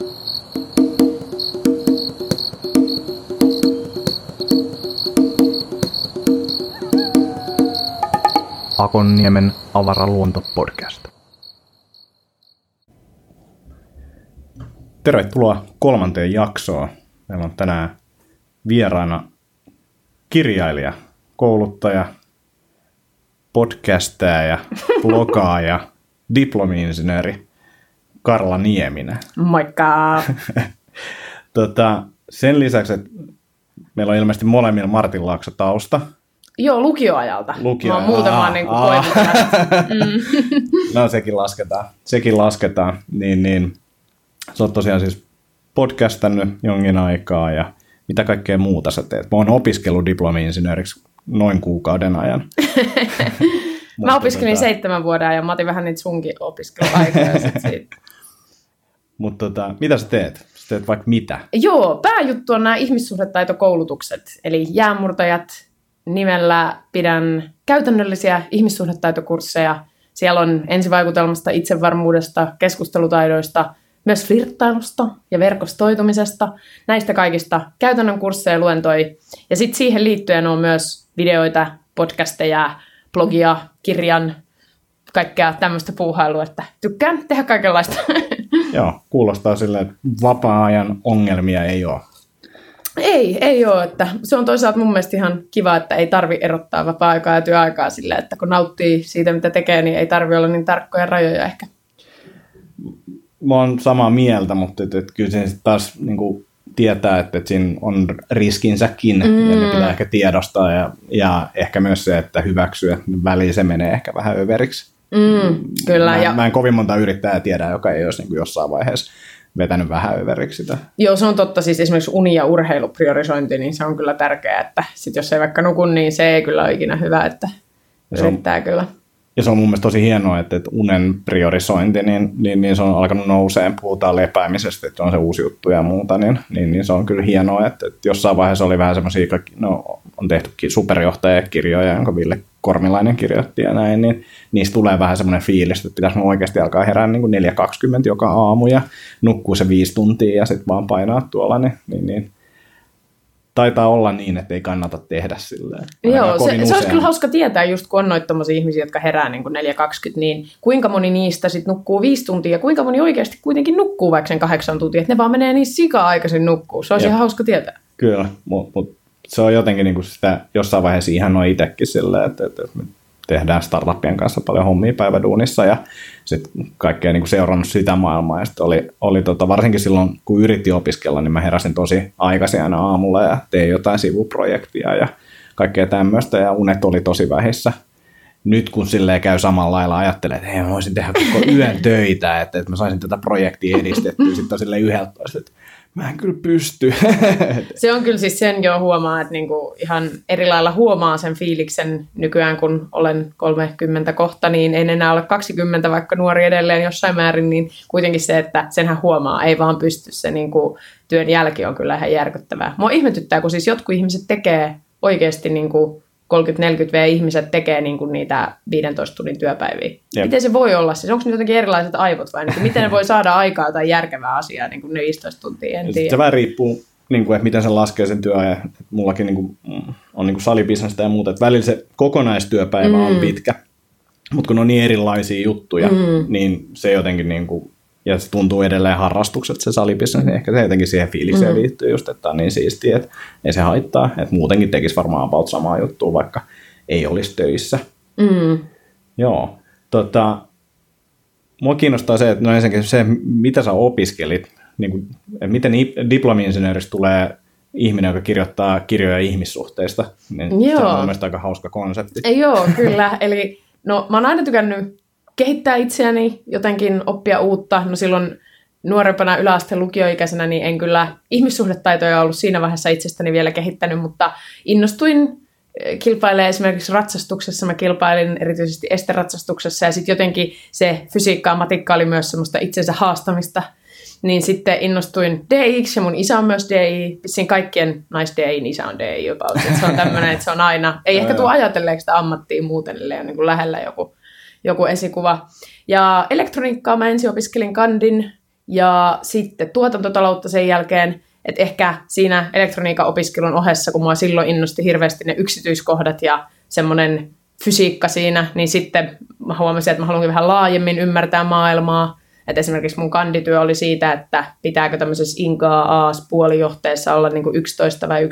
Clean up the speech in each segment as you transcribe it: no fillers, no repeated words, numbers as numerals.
Akonniemen avaraluonto-podcast. Tervetuloa 3. jaksoon. Meillä on tänään vieraana kirjailija, kouluttaja, podcastaja, blogaaja, diplomi-insinööri Karla Nieminen. Moikka! Sen lisäksi, että meillä on ilmeisesti molemmilla Martin Laakso tausta. Joo, lukioajalta. Mä oon muutamaan niin No, sekin lasketaan. Niin. Sä oot tosiaan siis podcastannut jonkin aikaa ja mitä kaikkea muuta sä teet? Mä oon opiskellut diplomi-insinööriksi noin kuukauden ajan. Mä opiskelin 7 vuoden ja mä otin vähän niitä sunkin opiskeluaikoja siitä. Mutta mitä sä teet? Sä teet vaikka mitä? Joo, pääjuttu on nämä ihmissuhdetaitokoulutukset, eli jäänmurtajat. Nimellä pidän käytännöllisiä ihmissuhdetaitokursseja. Siellä on ensivaikutelmasta, itsevarmuudesta, keskustelutaidoista, myös flirttailusta ja verkostoitumisesta. Näistä kaikista käytännön kursseja luentoi. Ja sitten siihen liittyen on myös videoita, podcasteja, blogia, kirjan, kaikkea tämmöistä puuhailua, että tykkään tehdä kaikenlaista. Joo, kuulostaa silleen, että vapaa-ajan ongelmia ei ole. Ei ole, että se on toisaalta mun mielestä ihan kiva, että ei tarvi erottaa vapaa-aikaa ja työaikaa silleen, että kun nauttii siitä, mitä tekee, niin ei tarvi olla niin tarkkoja rajoja ehkä. Mä oon samaa mieltä, mutta kyllä se taas niin kuin tietää, että siinä on riskinsäkin ja ne pitää ehkä tiedostaa ja ehkä myös se, että hyväksyä, että väliin se menee ehkä vähän överiksi. Kyllä. Mä en kovin monta yrittäjää tiedä, joka ei olisi niin kuin jossain vaiheessa vetänyt vähän överiksi sitä. Joo, se on totta. Siis esimerkiksi uni- ja urheilupriorisointi, niin se on kyllä tärkeää, että sit jos ei vaikka nuku, niin se ei kyllä ole ikinä hyvä, että yrittää kyllä. Ja se on mun mielestä tosi hienoa, että unen priorisointi, niin se on alkanut nouseen, puhutaan lepäämisestä, että on se uusi juttu ja muuta, niin se on kyllä hienoa, että jossain vaiheessa oli vähän semmoisia, on tehtykin superjohtajakirjoja, jonka Ville Kormilainen kirjoitti ja näin, niin niistä tulee vähän semmoinen fiilis, että pitäisi oikeasti alkaa herää niin kuin 4:20 joka aamu ja nukkuu se 5 tuntia ja sitten vaan painaa tuolla, niin taitaa olla niin, että ei kannata tehdä silleen. Joo, se olisi kyllä hauska tietää, just kun on noita tommosia ihmisiä, jotka herää niin kuin 4:20, niin kuinka moni niistä sitten nukkuu 5 tuntia ja kuinka moni oikeasti kuitenkin nukkuu vaikka sen 8 tuntia, että ne vaan menee niin sika-aikaisin nukkuu. Se olisi ihan hauska tietää. Kyllä, mutta se on jotenkin niin kuin sitä jossain vaiheessa ihan on itsekin silleen, että me tehdään startuppien kanssa paljon hommia päiväduunissa ja sitten kaikkea niin kuin seurannut sitä maailmaa ja sitten oli varsinkin silloin kun yritti opiskella, niin mä heräsin tosi aikaisin aina aamulla ja tein jotain sivuprojektia ja kaikkea tämmöistä ja unet oli tosi vähissä. Nyt kun silleen käy samalla lailla, ajattelee, että hei, mä voisin tehdä koko yön töitä, että mä saisin tätä projektia edistettyä sitten silleen 11, että mä en kyllä pysty. Se on kyllä siis sen jo huomaa, että niinku ihan eri lailla huomaa sen fiiliksen nykyään, kun olen 30 kohta, niin en enää ole 20, vaikka nuori edelleen jossain määrin, niin kuitenkin se, että senhän huomaa, ei vaan pysty. Se niinku työn jälki on kyllä ihan järkyttävää. Mua ihmetyttää, kun siis jotkut ihmiset tekee oikeasti niinku 30-40 ihmiset tekee niinku niitä 15 tunnin työpäiviä. Jep. Miten se voi olla? Siis onko ne jotenkin erilaiset aivot vai niin miten ne voi saada aikaa tai järkevää asiaa niin ne 15 tuntia? En tiedä. Se vähän riippuu, niin kuin, että miten se laskee sen työajan. Mullakin niin kuin, on niin kuin salibisnestä ja muuta. Että välillä se kokonaistyöpäivä on pitkä, mutta kun on niin erilaisia juttuja, niin se jotenkin niin kuin, ja se tuntuu edelleen harrastukset se salibisnes, niin ehkä se jotenkin siihen fiilikseen liittyy just, että on niin siistiä, että ei se haittaa. Että muutenkin tekisi varmaan about samaa juttua, vaikka ei olisi töissä. Joo. Mua kiinnostaa se, että no ensinnäkin se, mitä sä opiskelit, niin kuin, että miten diplomi-insinööristä tulee ihminen, joka kirjoittaa kirjoja ihmissuhteista. Niin se on mun mielestä aika hauska konsepti. Joo, kyllä. Eli no, mä oon aina tykännyt kehittää itseäni, jotenkin oppia uutta. No silloin nuorempana yläasteen lukioikäisenä niin en kyllä ihmissuhdetaitoja ollut siinä vaiheessa itsestäni vielä kehittänyt, mutta innostuin kilpailemaan esimerkiksi ratsastuksessa. Mä kilpailin erityisesti esteratsastuksessa ja sitten jotenkin se fysiikka ja matikka oli myös semmoista itsensä haastamista. Niin sitten innostuin DI:ksi ja mun isä on myös DI. Vissiin kaikkien nais-DI:n isä on DI jopa. Se on tämmöinen, että se on aina, ei ehkä tule ajatelleeksi sitä ammattia muuten, eli on niin kuin lähellä joku esikuva. Ja elektroniikkaa mä ensin opiskelin kandin ja sitten tuotantotaloutta sen jälkeen, että ehkä siinä elektroniikan opiskelun ohessa, kun mua silloin innosti hirveästi ne yksityiskohdat ja semmoinen fysiikka siinä, niin sitten mä huomasin, että mä haluankin vähän laajemmin ymmärtää maailmaa. Että esimerkiksi mun kandityö oli siitä, että pitääkö tämmöisessä INCA-AAS-puolijohteessa olla niin kuin 11 vai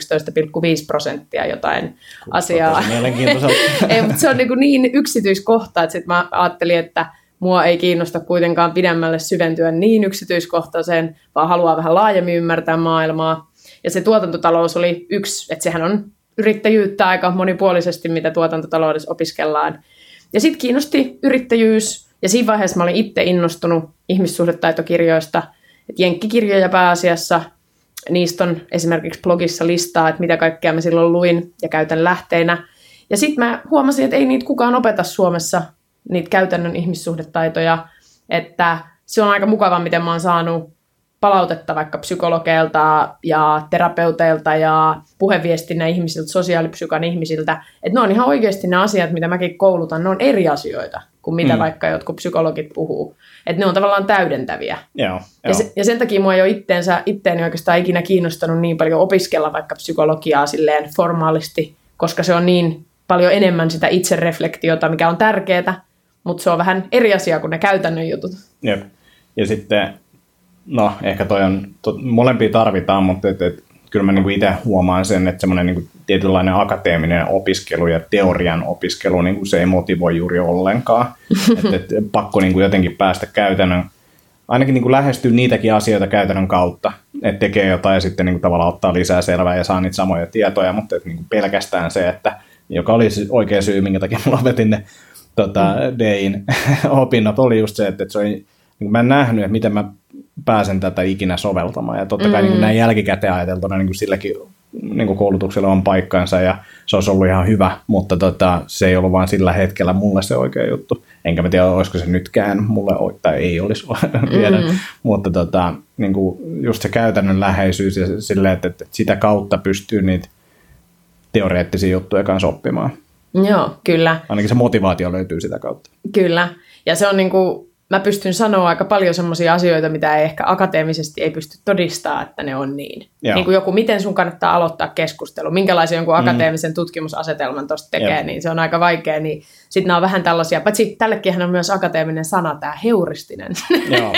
11,5% jotain asiaa. Ei, mutta se on niin yksityiskohta, että sitten mä ajattelin, että mua ei kiinnosta kuitenkaan pidemmälle syventyä niin yksityiskohtaiseen, vaan haluaa vähän laajemmin ymmärtää maailmaa. Ja se tuotantotalous oli yksi, että sehän on yrittäjyyttä aika monipuolisesti, mitä tuotantotaloudessa opiskellaan. Ja sitten kiinnosti yrittäjyys, ja siinä vaiheessa mä olin itse innostunut ihmissuhdetaitokirjoista, että jenkkikirjoja pääasiassa, niistä on esimerkiksi blogissa listaa, että mitä kaikkea mä silloin luin ja käytän lähteinä. Ja sitten mä huomasin, että ei niitä kukaan opeta Suomessa, niitä käytännön ihmissuhdetaitoja, että se on aika mukava, miten mä oon saanut palautetta vaikka psykologeilta ja terapeuteilta ja puheviestinnän ihmisiltä, sosiaalipsykan ihmisiltä, että ne on ihan oikeasti ne asiat, mitä mäkin koulutan, ne on eri asioita kuin mitä vaikka jotkut psykologit puhuu. Että ne on tavallaan täydentäviä. Joo. Ja sen takia mua ei ole itteeni oikeastaan ikinä kiinnostanut niin paljon opiskella vaikka psykologiaa silleen formaalisti, koska se on niin paljon enemmän sitä itsereflektiota, mikä on tärkeää, mutta se on vähän eri asia kuin ne käytännön jutut. Jep. Ja sitten, no ehkä molempia tarvitaan, mutta kyllä mä niinku itse huomaan sen, että semmoinen niinku tietynlainen akateeminen opiskelu ja teorian opiskelu, niinku se ei motivoi juuri ollenkaan. että pakko niinku jotenkin päästä käytännön, ainakin niinku lähestyä niitäkin asioita käytännön kautta, että tekee jotain ja sitten niinku tavallaan ottaa lisää selvää ja saa niitä samoja tietoja, mutta niinku pelkästään se, että joka oli oikea syy, minkä takia mä lopetin ne DIin opinnot, oli just se, että se oli, niin mä en nähnyt, että miten mä pääsen tätä ikinä soveltamaan. Ja totta kai niin näin jälkikäteen ajateltuna niin silläkin niin koulutuksella on paikkansa ja se olisi ollut ihan hyvä, mutta se ei ollut vaan sillä hetkellä mulle se oikea juttu. Enkä mä tiedä, olisiko se nytkään mulle, tai ei olisi, tiedän. Mutta niin just se käytännön läheisyys ja silleen, että sitä kautta pystyy niitä teoreettisia juttuja kanssa oppimaan. Joo, kyllä. Ainakin se motivaatio löytyy sitä kautta. Kyllä, ja se on niin kuin, mä pystyn sanoa aika paljon semmoisia asioita, mitä ei ehkä akateemisesti ei pysty todistamaan, että ne on niin. Niin kuin joku, miten sun kannattaa aloittaa keskustelu, minkälaisen jonkun akateemisen tutkimusasetelman tuosta tekee, niin se on aika vaikea. Niin sitten nämä on vähän tällaisia, paitsi tällekinhän on myös akateeminen sana, tämä heuristinen. Joo.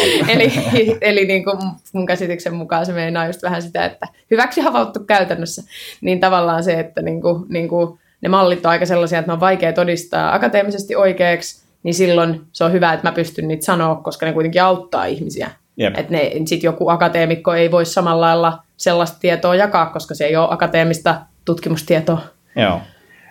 eli niin kuin mun käsityksen mukaan se meinaa just vähän sitä, että hyväksi havauttu käytännössä. Niin tavallaan se, että niin kuin ne mallit on aika sellaisia, että ne on vaikea todistaa akateemisesti oikeaksi, niin silloin se on hyvä, että mä pystyn niitä sanoa, koska ne kuitenkin auttaa ihmisiä. Että sitten joku akateemikko ei voi samalla lailla sellaista tietoa jakaa, koska se ei ole akateemista tutkimustietoa. Joo.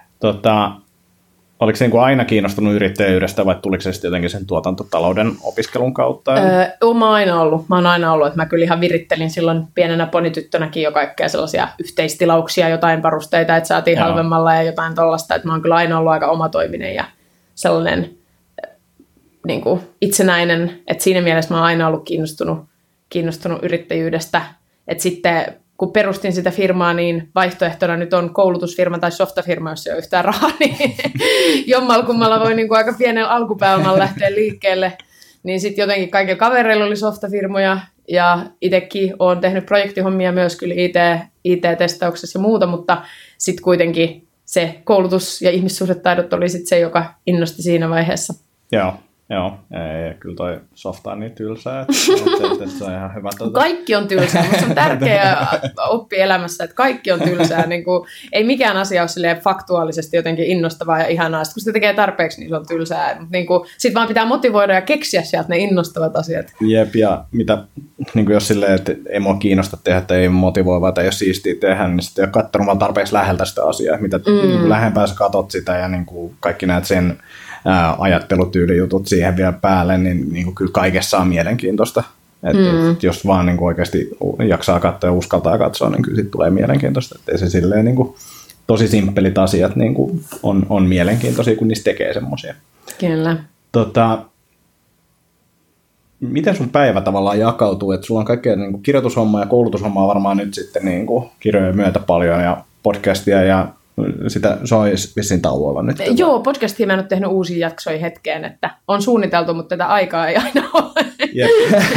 Oliko se niin kuin aina kiinnostunut yrittäjyydestä vai tuliko se sitten jotenkin sen tuotantotalouden opiskelun kautta? Mä oon aina ollut, että mä kyllä ihan virittelin silloin pienenä ponityttönäkin jo kaikkea sellaisia yhteistilauksia, jotain varusteita, että saatiin halvemmalla ja jotain tollaista, että mä oon kyllä aina ollut aika omatoiminen ja sellainen niin kuin itsenäinen, että siinä mielessä mä oon aina ollut kiinnostunut yrittäjyydestä, että sitten kun perustin sitä firmaa, niin vaihtoehtona nyt on koulutusfirma tai softafirma, jos ei ole yhtään rahaa, niin jommalkummalla voi niin kuin aika pienellä alkupääomalla lähteä liikkeelle, niin sitten jotenkin kaikilla kavereilla oli softafirmoja, ja itsekin olen tehnyt projektihommia myös kyllä IT-testauksessa ja muuta, mutta sitten kuitenkin se koulutus ja ihmissuhdetaidot oli sitten se, joka innosti siinä vaiheessa. Joo, ei, kyllä toi softa on niin tylsää, että se on ihan hyvä. Kaikki on tylsää, mutta se on tärkeää oppia elämässä, että kaikki on tylsää. Niin kuin, ei mikään asia ole faktuaalisesti jotenkin innostavaa ja ihanaa. Sitten kun sitä tekee tarpeeksi, niin se on tylsää. Niin sitten vaan pitää motivoida ja keksiä sieltä ne innostavat asiat. Jep, ja mitä, niin kuin jos silleen, että ei mua kiinnosta tehdä tai ei motivoivaa tai ei ole siistiä tehdä, niin sitten ei ole katsonut vaan tarpeeksi läheltä sitä asiaa. Mitä niin lähempää sä katot sitä ja niin kuin kaikki näet sen ajattelutyylijutut siihen vielä päälle, niin kuin kyllä kaikessa on mielenkiintoista. Et jos vaan niin kuin oikeasti jaksaa katsoa ja uskaltaa katsoa, niin kyllä siitä tulee mielenkiintoista. Että ei se silleen niin kuin, tosi simppelit asiat niin kuin on mielenkiintoisia, kun niistä tekee semmoisia. Kyllä. Miten sun päivä tavallaan jakautuu? Että sulla on kaikkea niin kuin kirjoitushommaa ja koulutushommaa varmaan nyt sitten niin kuin kirjojen myötä paljon ja podcastia ja se olisi vissiin tauolla nyt. Joo, podcastia mä en ole tehnyt uusia jaksoja hetkeen, että on suunniteltu, mutta tätä aikaa ei aina ole. Jep.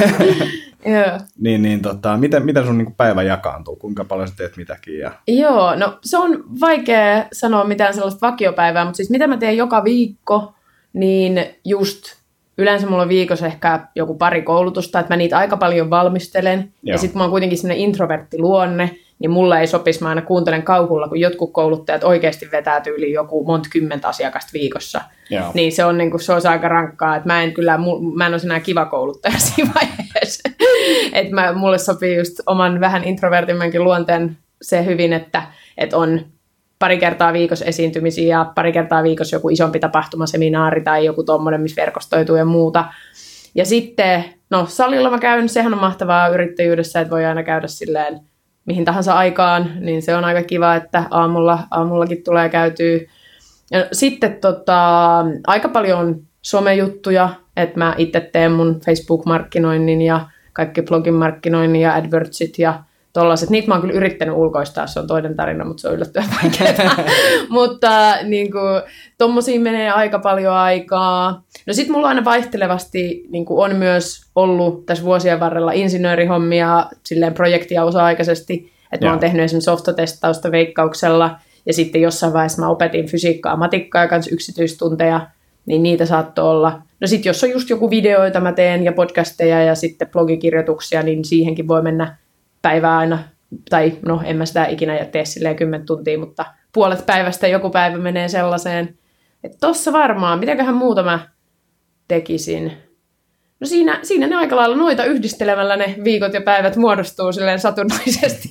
Miten sun niinku päivä jakaantuu? Kuinka paljon sä teet mitäkin? Joo, no se on vaikea sanoa mitään sellaista vakiopäivää, mutta siis mitä mä teen joka viikko, niin just yleensä mulla on viikossa ehkä joku pari koulutusta, että mä niitä aika paljon valmistelen. Joo. Ja sitten mä oon kuitenkin semmoinen introverttiluonne, niin mulla ei sopisi, mä aina kuuntelen kauhulla, kun jotkut kouluttajat oikeasti vetää tyyliin joku monta kymmentä asiakasta viikossa. Joo. Niin se on, se olisi aika rankkaa, että mä en ole enää kiva kouluttaja siinä vaiheessa. Että mulle sopii just oman vähän introvertimmankin luonteen se hyvin, että on pari kertaa viikossa esiintymisiä ja pari kertaa viikossa joku isompi tapahtuma, seminaari tai joku tommoinen, missä verkostoituu ja muuta. Ja sitten, salilla mä käyn, sehän on mahtavaa yrittäjyydessä, että voi aina käydä silleen mihin tahansa aikaan, niin se on aika kiva, että aamullakin tulee käytyä. Ja sitten aika paljon somejuttuja, että mä itse teen mun Facebook-markkinoinnin ja kaikki blogin markkinoinnin ja AdWordsit ja tollaiset. Niitä mä oon kyllä yrittänyt ulkoistaa, se on toinen tarina, mutta se on yllättävän vaikeaa. Mutta tommosiin menee aika paljon aikaa. No sit mulla aina vaihtelevasti on myös ollut tässä vuosien varrella insinöörihommia, silleen projektia osa-aikaisesti, että mä oon tehnyt esimerkiksi softotestausta Veikkauksella, ja sitten jossain vaiheessa mä opetin fysiikkaa, matikkaa ja kans yksityistunteja, niin niitä saattoi olla. No sit jos on just joku video, jota mä teen, ja podcasteja ja sitten blogikirjoituksia, niin siihenkin voi mennä päivää aina, tai en mä sitä ikinä tee silleen 10 tuntia, mutta puolet päivästä joku päivä menee sellaiseen. Että tossa varmaan, mitäköhän muuta mä tekisin? No siinä ne aika lailla noita yhdistelemällä ne viikot ja päivät muodostuu silleen satunnaisesti.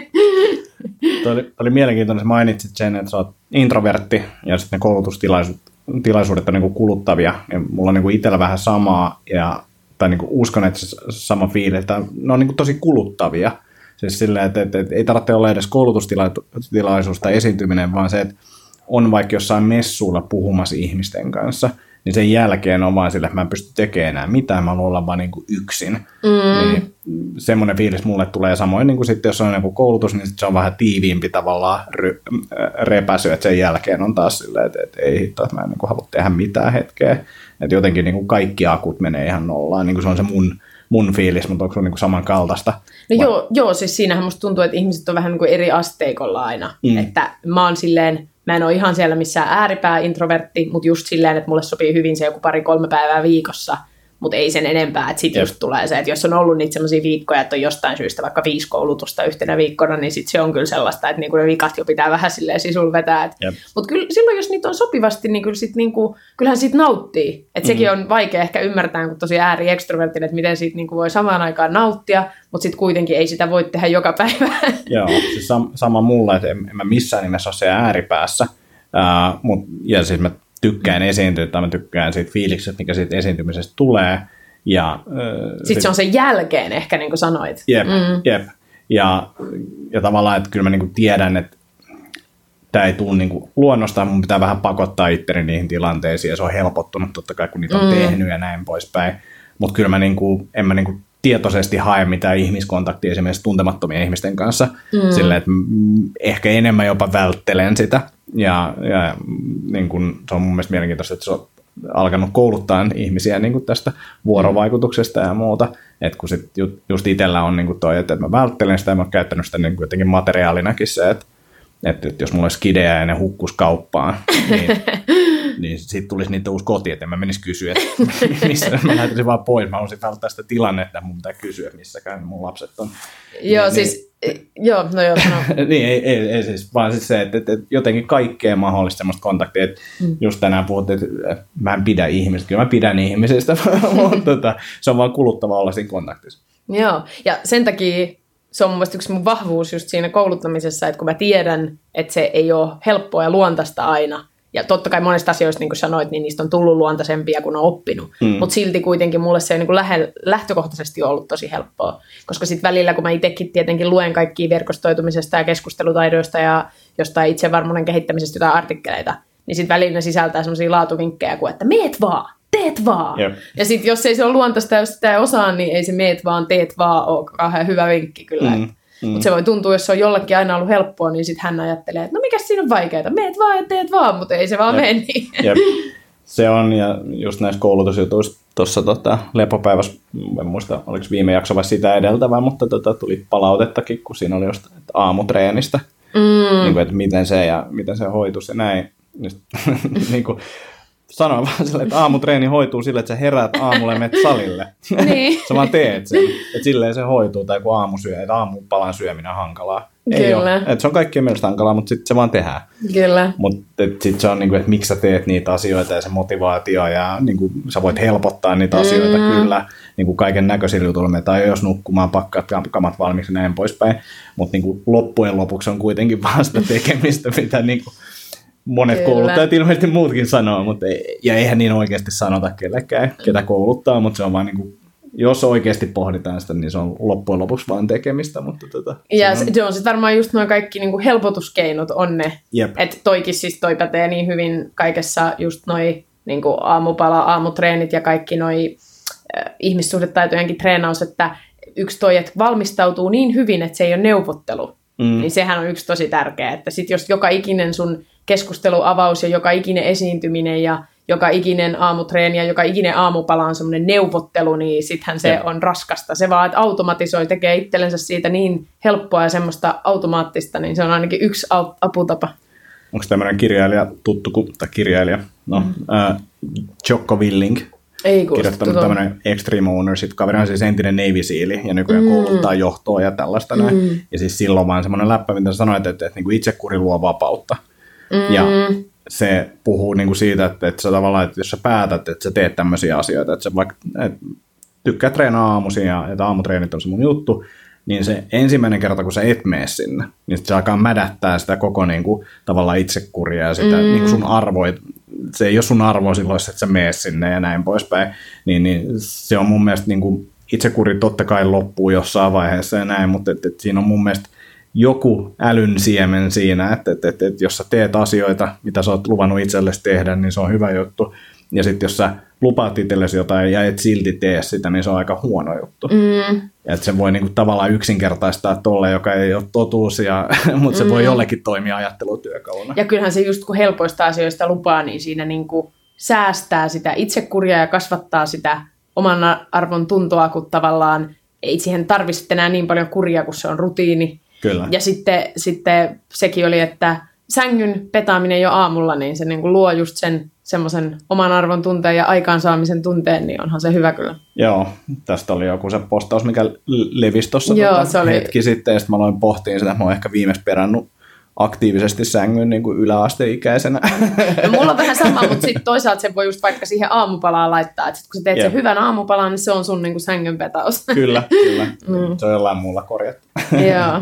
Tuo oli mielenkiintoinen, että mainitsit sen, että sä oot introvertti ja sitten ne koulutustilaisuudet on niin kuin kuluttavia. Ja mulla on niin kuin itsellä vähän samaa, tai niin kuin uskon, että se sama fiili, että ne on niin kuin tosi kuluttavia. Siis silleen, että ei tarvitse olla edes koulutustilaisuus tai esiintyminen, vaan se, että on vaikka jossain messuilla puhumassa ihmisten kanssa, niin sen jälkeen on vaan sille, että mä en pysty tekemään enää mitään, mä haluan olla vaan niin kuin yksin. Niin semmoinen fiilis mulle tulee samoin, niin kuin sitten jos on joku koulutus, niin se on vähän tiiviimpi tavallaan repäsy, että sen jälkeen on taas silleen, että ei hitto, että mä en niin kuin halua tehdä mitään hetkeä. Että jotenkin niin kuin kaikki akut menee ihan nollaan, niin kuin se on se mun fiilis, mutta onko se niin kuin samankaltaista? No joo, siis siinähän musta tuntuu, että ihmiset on vähän niin kuin eri asteikolla aina. Että mä oon silleen, mä en ole ihan siellä missään ääripää introvertti, mutta just silleen, että mulle sopii hyvin se joku 2-3 päivää viikossa, mutta ei sen enempää. Että sitten just tulee se, että jos on ollut niitä sellaisia viikkoja, että on jostain syystä vaikka 5 koulutusta yhtenä viikkona, niin sitten se on kyllä sellaista, että niinku ne vikat jo pitää vähän silleen sisulla vetää. Mutta kyllä silloin, jos niitä on sopivasti, niin kyllä sit niinku, kyllähän siitä nauttii. Että sekin on vaikea ehkä ymmärtää, kun tosi ääri-ekstrovertin, että miten siitä niinku voi samaan aikaan nauttia, mutta sitten kuitenkin ei sitä voi tehdä joka päivä. Joo, siis sama mulla, että en mä missään nimessä ole se ääripäässä. Ja siis mä tykkään esiintyä, tai mä tykkään siitä fiiliksestä, mikä siitä esiintymisestä tulee. Sitten se on sen jälkeen ehkä, niin kuin sanoit. Jep. Ja tavallaan, että kyllä mä niinku tiedän, että tämä ei tule niinku luonnostaan, mun pitää vähän pakottaa itteni niihin tilanteisiin, ja se on helpottunut totta kai, kun niitä on tehnyt ja näin poispäin. Mutta kyllä en mä tietoisesti hae mitään ihmiskontaktia esimerkiksi tuntemattomien ihmisten kanssa, silleen, että ehkä enemmän jopa välttelen sitä. Ja niin kun, se on mun mielestä mielenkiintoista, että se on alkanut kouluttaa ihmisiä niin kun tästä vuorovaikutuksesta ja muuta. Että kun sit just itsellä on niin kun toi, että mä välttelen sitä ja mä oon käyttänyt sitä niin jotenkin materiaalinakin se, että jos mulla olisi kidejä ja ne hukkus kauppaan, niin sitten tulisi niitä uusi koti, että en mä menisi kysyä, että missä mä lähtisin vaan pois. Mä haluaisin välttää sitä tilannetta, että mun pitää kysyä, missäkään mun lapset on. Joo, siis, sano. Niin, ei siis, vaan siis se, että jotenkin kaikkea mahdollista semmoista kontaktia, että just tänään puhuttiin, että mä en pidä ihmisistä, kyllä mä pidän ihmisistä, mutta se on vaan kuluttava olla siinä kontaktissa. Joo, ja sen takia se on mun mielestä yksi mun vahvuus just siinä kouluttamisessa, että kun mä tiedän, että se ei ole helppoa ja luontaista aina, ja totta kai monesta asioista, niin kuin sanoit, niin niistä on tullut luontaisempia, kun on oppinut. Mutta silti kuitenkin mulle se ei niin lähtökohtaisesti ollut tosi helppoa. Koska sitten välillä, kun mä itsekin tietenkin luen kaikkia verkostoitumisesta ja keskustelutaidoista ja jostain itsevarmuuden kehittämisestä jotain artikkeleita, niin sitten välillä ne sisältää sellaisia laatuvinkkejä kuin, että meet vaan, teet vaan. Yep. Ja sitten jos ei se ole luontaista, jos sitä ei osaa, niin ei se meet vaan, teet vaan ole kauhean hyvä vinkki kyllä. Mutta se voi tuntua, jos se on jollekin aina ollut helppoa, niin sitten hän ajattelee, että no mikäs siinä on vaikeaa, meet vaan ja teet vaan, mutta ei se vaan mene niin. Jep. Se on, ja just näissä koulutusjutuissa tuossa lepopäivässä, en muista oliko viime jakso vai sitä edeltävää, mutta tuli palautettakin, kun siinä oli just aamutreenistä, niin kuin, että miten se hoituisi ja näin. Niin kuin, sanoin vaan silleen, että aamutreeni hoituu sille, että sä heräät aamulla ja menet salille. Niin. Sä vaan teet sen, että silleen se hoituu, tai kun aamusyö, että aamupalan syöminen on hankalaa. Ei ole. Että se on kaikkien mielestä hankalaa, mutta sitten se vaan tehdään. Kyllä. Mutta sitten se on, niinku, että miksi sä teet niitä asioita ja se motivaatio ja niinku, sä voit helpottaa niitä asioita kyllä niinku kaiken näköisillä jutuilla. Tai jos nukkumaan, pakkaat kamat valmiiksi ja näin poispäin. Mutta niinku, loppujen lopuksi on kuitenkin vaan sitä tekemistä, mitä niinku, monet kouluttajat ilmeisesti muutkin sanoo. Ja eihän niin oikeasti sanota kellekään, ketä kouluttaa, mutta se on vaan niinku, jos oikeasti pohditaan sitä, niin se on loppujen lopuksi vain tekemistä. Mutta ja se on sitten varmaan just nuo kaikki niinku helpotuskeinot on ne. Että toikin siis toi pätee niin hyvin kaikessa just noi niinku aamupala, aamutreenit ja kaikki noi ihmissuhdetaitojenkin treenaus, että yksi toi, että valmistautuu niin hyvin, että se ei ole neuvottelu. Niin sehän on yksi tosi tärkeä, että sit jos joka ikinen sun keskusteluavaus ja joka ikinen esiintyminen ja joka ikinen aamutreeni ja joka ikinen aamupala on semmoinen neuvottelu, niin sittenhän se on raskasta. Se vaan, että automatisoi, tekee itsellensä siitä niin helppoa ja semmoista automaattista, niin se on ainakin yksi aputapa. Onko tämmöinen kirjailija tuttu, tai kirjailija, Jocko Willing, kirjoittanut tämmöinen Extreme Ownership-kaveri, on siis entinen Navy Seal ja nykyään kouluttaa johtoa ja tällaista näin. Ja siis silloin vaan semmoinen läppä, mitä sanoit, että niin kuin itsekuri luo vapautta. Ja se puhuu niin kuin siitä, että sä tavallaan, että jos sä päätät, että sä teet tämmöisiä asioita, että sä vaikka tykkää treenaa aamuisin ja että aamutreenit on se mun juttu, niin se ensimmäinen kerta, kun sä et mene sinne, niin se alkaa mädättää sitä koko niin kuin, tavallaan itsekuria ja sitä niin kuin sun arvoja. Se ei ole sun arvo silloin, että sä mene sinne ja näin poispäin. Niin se on mun mielestä, niin kuin, itsekuri totta kai loppuu jossain vaiheessa ja näin, mutta siinä on mun mielestä joku älyn siemen siinä, että jos sä teet asioita, mitä sä oot luvannut itsellesi tehdä, niin se on hyvä juttu. Ja sitten jos sä lupaat itsellesi jotain ja et silti tee sitä, niin se on aika huono juttu. Ja että se voi niinku tavallaan yksinkertaistaa tolle, joka ei ole totuus, mutta se voi jollekin toimia ajattelutyökaluna. Ja kyllähän se just kun helpoista asioista lupaa, niin siinä niinku säästää sitä itsekuria ja kasvattaa sitä oman arvon tuntoa, kun tavallaan ei siihen tarvitse enää niin paljon kuria, kun se on rutiini. Kyllä. Ja sitten sekin oli, että sängyn petaaminen jo aamulla, niin se niinku luo just sen semmoisen oman arvon tunteen ja aikaansaamisen tunteen, niin onhan se hyvä kyllä. Joo, tästä oli joku se postaus, mikä levisi tuossa hetki sitten, ja sitten mä aloin pohtia sitä, että mä oon ehkä viimeis perannut aktiivisesti sängyn niin kuin yläasteikäisenä. No, mulla on vähän sama, mutta sitten toisaalta se voi just vaikka siihen aamupalaan laittaa, että sit kun sä teet sen hyvän aamupalan, niin se on sun niin kuin sängyn petaus. Kyllä. Se on jollain muulla korjattu. Joo.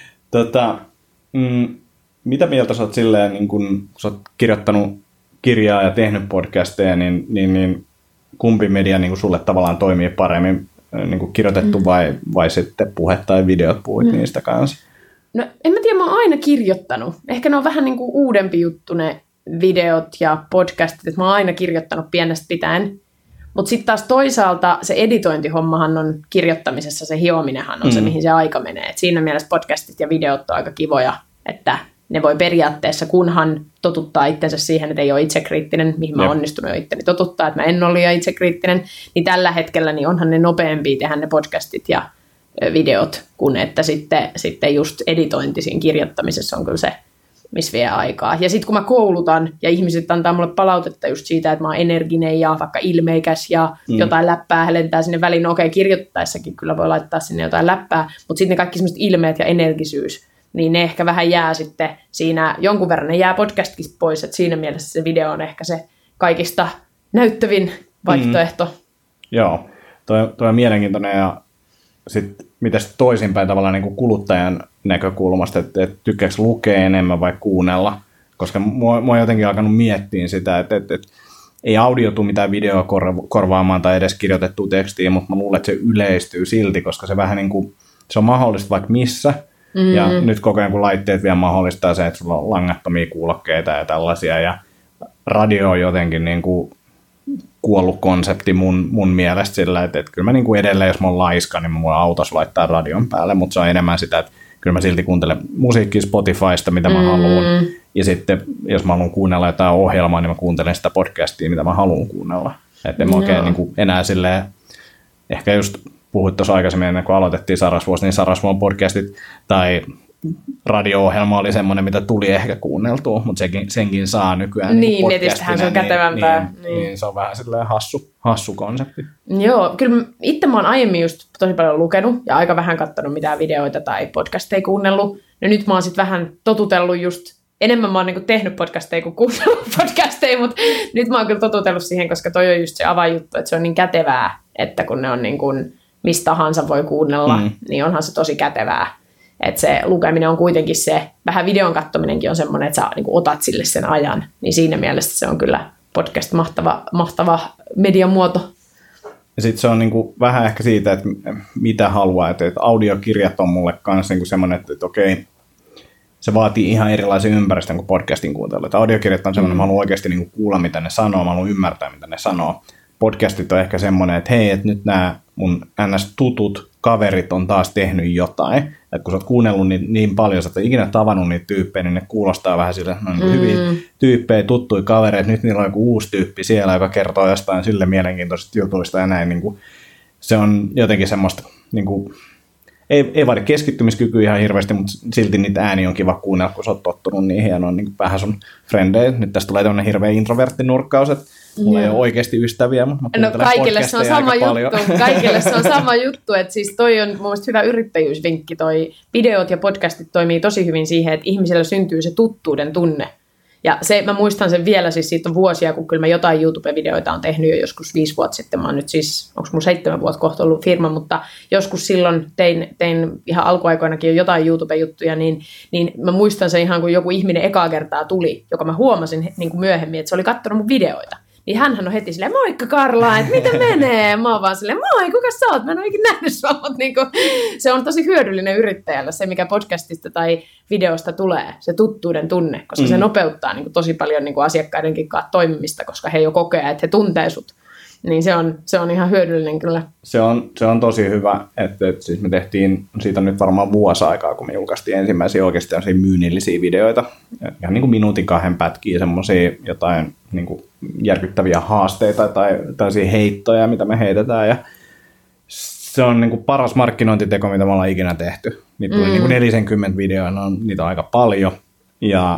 Mitä mieltä sä oot silleen, niin kun sä oot kirjoittanut kirjaa ja tehnyt podcasteja, niin kumpi media niin sulle tavallaan toimii paremmin, niin kirjoitettu vai sitten puhe tai videot, puhuit niistä kanssa? No en mä tiedä, mä oon aina kirjoittanut. Ehkä ne on vähän niin kuin uudempi juttu ne videot ja podcastit, että mä oon aina kirjoittanut pienestä pitäen. Mutta sitten taas toisaalta se editointihommahan on kirjoittamisessa, se hiominenhan on se, mihin se aika menee. Et siinä mielessä podcastit ja videot on aika kivoja, että ne voi periaatteessa, kunhan totuttaa itsensä siihen, että ei ole itsekriittinen, mihin mä oon onnistunut jo itteni totuttaa, että mä en ole liian itsekriittinen, niin tällä hetkellä niin onhan ne nopeampia tehdä ne podcastit ja videot, kun että sitten just editointi siinä kirjoittamisessa on kyllä se, missä vie aikaa. Ja sitten kun mä koulutan ja ihmiset antaa mulle palautetta just siitä, että mä oon energinen ja vaikka ilmeikäs ja jotain läppää lentää sinne väliin, no okei, kirjoittaessakin kyllä voi laittaa sinne jotain läppää, mutta sitten ne kaikki sellaiset ilmeet ja energisyys, niin ne ehkä vähän jää sitten siinä, jonkun verran ne jää podcastkin pois, että siinä mielessä se video on ehkä se kaikista näyttävin vaihtoehto. Joo, toi on mielenkiintoinen ja sitten mitä toisinpäin tavallaan niin kuin kuluttajan näkökulmasta, että tykkääkö lukea enemmän vai kuunnella, koska mä oon jotenkin alkanut miettiä sitä, että ei audio tule mitään videoa korvaamaan tai edes kirjoitettua tekstiä, mutta mä luulen, että se yleistyy silti, koska se vähän niin kuin, se on mahdollista vaikka missä, ja nyt koko ajan kun laitteet vielä mahdollistaa se, että sulla on langattomia kuulokkeita ja tällaisia, ja radio on jotenkin niin kuin kuollut konsepti mun mielestä sillä, että kyllä mä niin kuin edelleen, jos mä oon laiska, niin mä voin autossa laittaa radion päälle, mutta se on enemmän sitä, että kyllä mä silti kuuntelen musiikkia Spotifysta, mitä mä haluan. Ja sitten, jos mä haluan kuunnella jotain ohjelmaa, niin mä kuuntelen sitä podcastia, mitä mä haluan kuunnella. Että en mä oikein niin kuin enää silleen, ehkä just puhuit tuossa aikaisemmin, ennen kuin aloitettiin Sarasvuos, niin Sarasvuon podcastit tai radio-ohjelma oli semmoinen, mitä tuli ehkä kuunneltua, mutta senkin saa nykyään niin netistähän se on kätevämpää. Niin se on vähän silleen hassu konsepti. Joo, kyllä itse mä oon aiemmin just tosi paljon lukenut ja aika vähän katsonut mitään videoita tai podcasteja kuunnellut. No nyt mä oon sitten vähän totutellut just, enemmän mä oon niinku tehnyt podcasteja kuin kuunnellut podcasteja, mutta nyt mä oon kyllä totutellut siihen, koska toi on just se avainjuttu, että se on niin kätevää, että kun ne on niin kuin mistä tahansa voi kuunnella, niin onhan se tosi kätevää. Että se lukeminen on kuitenkin se, vähän videon katsominenkin on semmoinen, että sä niin kuin otat sille sen ajan, niin siinä mielessä se on kyllä podcast mahtava mediamuoto. Ja sitten se on niin kuin vähän ehkä siitä, että mitä haluaa, että audiokirjat on mulle kanssa niin kuin semmoinen, että okei, se vaatii ihan erilaisen ympäristön kuin podcastin kuuntelu. Että audiokirjat on semmoinen, että mä haluan oikeasti niin kuin kuulla, mitä ne sanoo, mä haluan ymmärtää, mitä ne sanoo. Podcastit on ehkä semmoinen, että hei, että nyt nämä mun NS-tutut kaverit on taas tehnyt jotain. Että kun sä oot kuunnellut niin paljon, sä oot ikinä tavannut niitä tyyppejä, niin ne kuulostaa vähän sille, no niin hyviä tyyppejä, tuttuja kavereita. Nyt niillä on joku uusi tyyppi siellä, joka kertoo jostain sille mielenkiintoisista jutuista ja näin. Niin kuin, se on jotenkin semmoista, niin kuin, ei vaadi keskittymiskykyä ihan hirveästi, mutta silti niitä ääniä on kiva kuunnella, kun sä oot tottunut niihin ja ne on niin kuin vähän sun frendejä. Nyt tästä tulee tämmöinen hirveä introverttinurkkaus, että mulla ei ole oikeasti ystäviä, mutta mä kuuntelen podcasteja aika paljon. Kaikille se on sama juttu, että siis toi on mun mielestä hyvä yrittäjyysvinkki, toi videot ja podcastit toimii tosi hyvin siihen, että ihmisellä syntyy se tuttuuden tunne. Ja se, mä muistan sen vielä, siis siitä on vuosia, kun kyllä mä jotain YouTube-videoita on tehnyt jo joskus 5 vuotta sitten. Mä oon nyt siis, onko mun 7 vuotta kohta ollut firma, mutta joskus silloin tein ihan alkuaikoinakin jo jotain YouTube-juttuja, niin mä muistan sen ihan, kun joku ihminen ekaa kertaa tuli, joka mä huomasin niin kuin myöhemmin, että se oli katsonut mun videoita. Niin hänhän on heti silleen, moikka Karla, että miten menee? Mä oon vaan silleen, moi, kuka sä oot? Mä en ole ikinä nähnyt sua, mutta niinku, se on tosi hyödyllinen yrittäjällä, se mikä podcastista tai videosta tulee, se tuttuuden tunne, koska se nopeuttaa niinku tosi paljon niinku asiakkaidenkin kanssa toimimista, koska he jo kokee, että he tuntee sut. Niin se on ihan hyödyllinen kyllä. Se on tosi hyvä, että siis me tehtiin, siitä on nyt varmaan vuosi aikaa, kun me julkaistiin ensimmäisiä oikeasti myynnillisiä videoita. Ihan niin kuin minuutin 2 pätkiä, semmoisia jotain niin kuin järkyttäviä haasteita tai tällaisia heittoja, mitä me heitetään. Ja se on niin kuin paras markkinointiteko, mitä me ollaan ikinä tehty. Niitä tuli niin kuin 40 videoa, niitä on aika paljon. Ja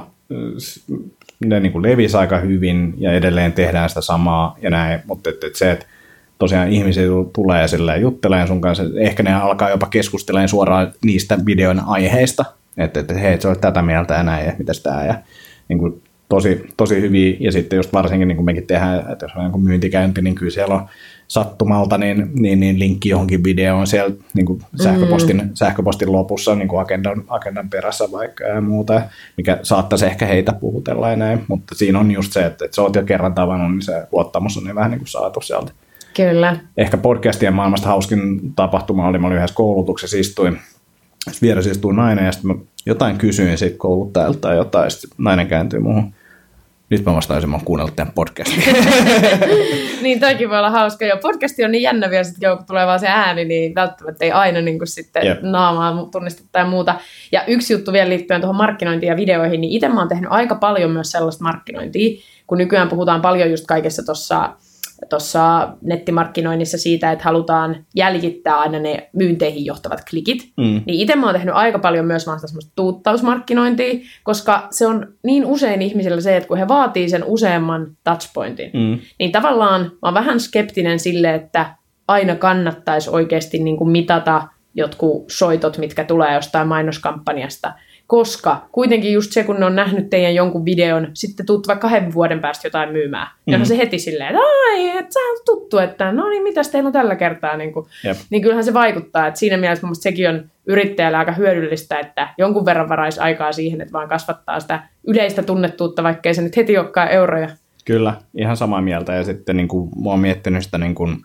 ne niin kuin levisi aika hyvin ja edelleen tehdään sitä samaa ja näin, mutta se, että tosiaan ihmisiä tulee silleen juttelemaan sun kanssa, ehkä ne alkaa jopa keskustelemaan suoraan niistä videoiden aiheista, että hei, se on tätä mieltä ja näin, ja mitäs tää, ja niin kuin tosi hyviä, ja sitten just varsinkin niin kuin mekin tehdään, että jos on joku myyntikäynti, niin kyllä siellä on sattumalta, niin linkki johonkin videoon siellä niin kuin sähköpostin lopussa niin kuin agendan perässä vaikka ja muuta, mikä saattaisi ehkä heitä puhutella ja näin, mutta siinä on just se, että sä oot jo kerran tavannut, niin se luottamus on niin vähän niin kuin saatu sieltä. Kyllä. Ehkä podcastien maailmasta hauskin tapahtuma oli, mä olin yhdessä koulutuksessa, vieressä istui nainen, ja sitten mä jotain kysyin siitä kouluttajalta tai jotain, ja sitten nainen kääntyi muuhun. Nyt mä vastaisin, mä oon kuunnellut tämän podcastin. Niin, toikin voi olla hauska. Ja podcasti on niin jännä vielä, kun tulee vaan se ääni, niin välttämättä ei aina niin kuin sitten naamaa tunnisteta tai muuta. Ja yksi juttu vielä liittyen tuohon markkinointiin ja videoihin, niin itse mä oon tehnyt aika paljon myös sellaista markkinointia, kun nykyään puhutaan paljon just kaikessa tuossa nettimarkkinoinnissa siitä, että halutaan jäljittää aina ne myynteihin johtavat klikit, niin itse mä oon tehnyt aika paljon myös vaan semmoista tuuttausmarkkinointia, koska se on niin usein ihmisillä se, että kun he vaatii sen useamman touchpointin, niin tavallaan mä oon vähän skeptinen sille, että aina kannattaisi oikeasti niin kuin mitata jotkut soitot, mitkä tulee jostain mainoskampanjasta, koska kuitenkin just se, kun ne on nähnyt teidän jonkun videon, sitten tuut vaikka 2 vuoden päästä jotain myymään. Ja se heti silleen, että ai, että sä oot tuttu, että no niin, mitäs teillä on tällä kertaa. Niin kyllähän se vaikuttaa, että siinä mielessä mun mielestä sekin on yrittäjällä aika hyödyllistä, että jonkun verran varaisi aikaa siihen, että vaan kasvattaa sitä yleistä tunnettuutta, vaikkei se nyt heti olekaan euroja. Kyllä, ihan samaa mieltä. Ja sitten niin kuin, mä oon miettinyt sitä niin kuin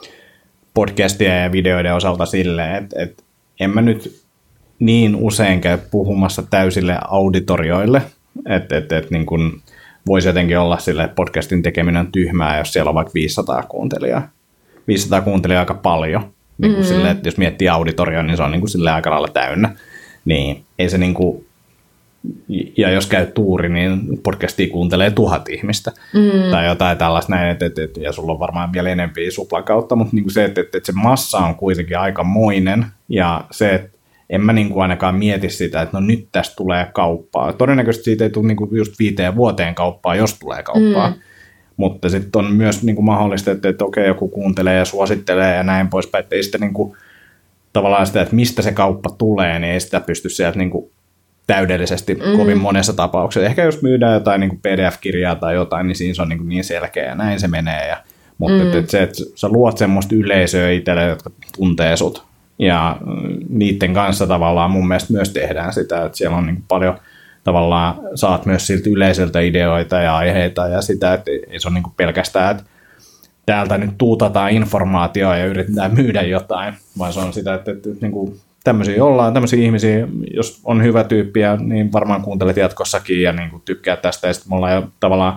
podcastia ja videoiden osalta silleen, että en mä nyt niin usein käy puhumassa täysille auditorioille, että niin kuin voisi jotenkin olla sille, että podcastin tekeminen on tyhmää, jos siellä on vaikka 500 kuuntelijaa. 500 kuuntelijaa aika paljon. Niin kuin sille, että jos miettii auditorioa, niin se on niin kuin sille aika lailla täynnä. niin ei se niinku, ja jos käy tuuri, niin podcastia kuuntelee 1000 ihmistä tai jotain tällaista näin, ja sulla on varmaan vielä enemmän suplan kautta, mutta niinku se, että se massa on kuitenkin aikamoinen, ja se, että en mä niinku ainakaan mieti sitä, että no nyt tästä tulee kauppaa. Todennäköisesti siitä ei tule niinku just 5 vuoteen kauppaa, jos tulee kauppaa. Mutta sitten on myös niinku mahdollista, että okei, joku kuuntelee ja suosittelee ja näin poispäin, että ei sitä niinku, tavallaan sitä, että mistä se kauppa tulee, niin ei sitä pysty sieltä niinku täydellisesti kovin monessa tapauksessa. Ehkä jos myydään jotain niinku PDF-kirjaa tai jotain, niin siinä se on niin selkeä ja näin se menee. Mutta että se, että sä luot semmoista yleisöä itselle, jotka tuntee sut. Ja niiden kanssa tavallaan mun mielestä myös tehdään sitä, että siellä on niin paljon tavallaan saat myös siltä yleisöltä ideoita ja aiheita ja sitä, että ei se ole niin pelkästään, että täältä nyt tuutataan informaatiota ja yritetään myydä jotain, vaan se on sitä, että niin kuin tämmöisiä ollaan, tämmöisiä ihmisiä, jos on hyvä tyyppiä, niin varmaan kuuntelet jatkossakin ja niin kuin tykkää tästä ja sitten me ollaan jo tavallaan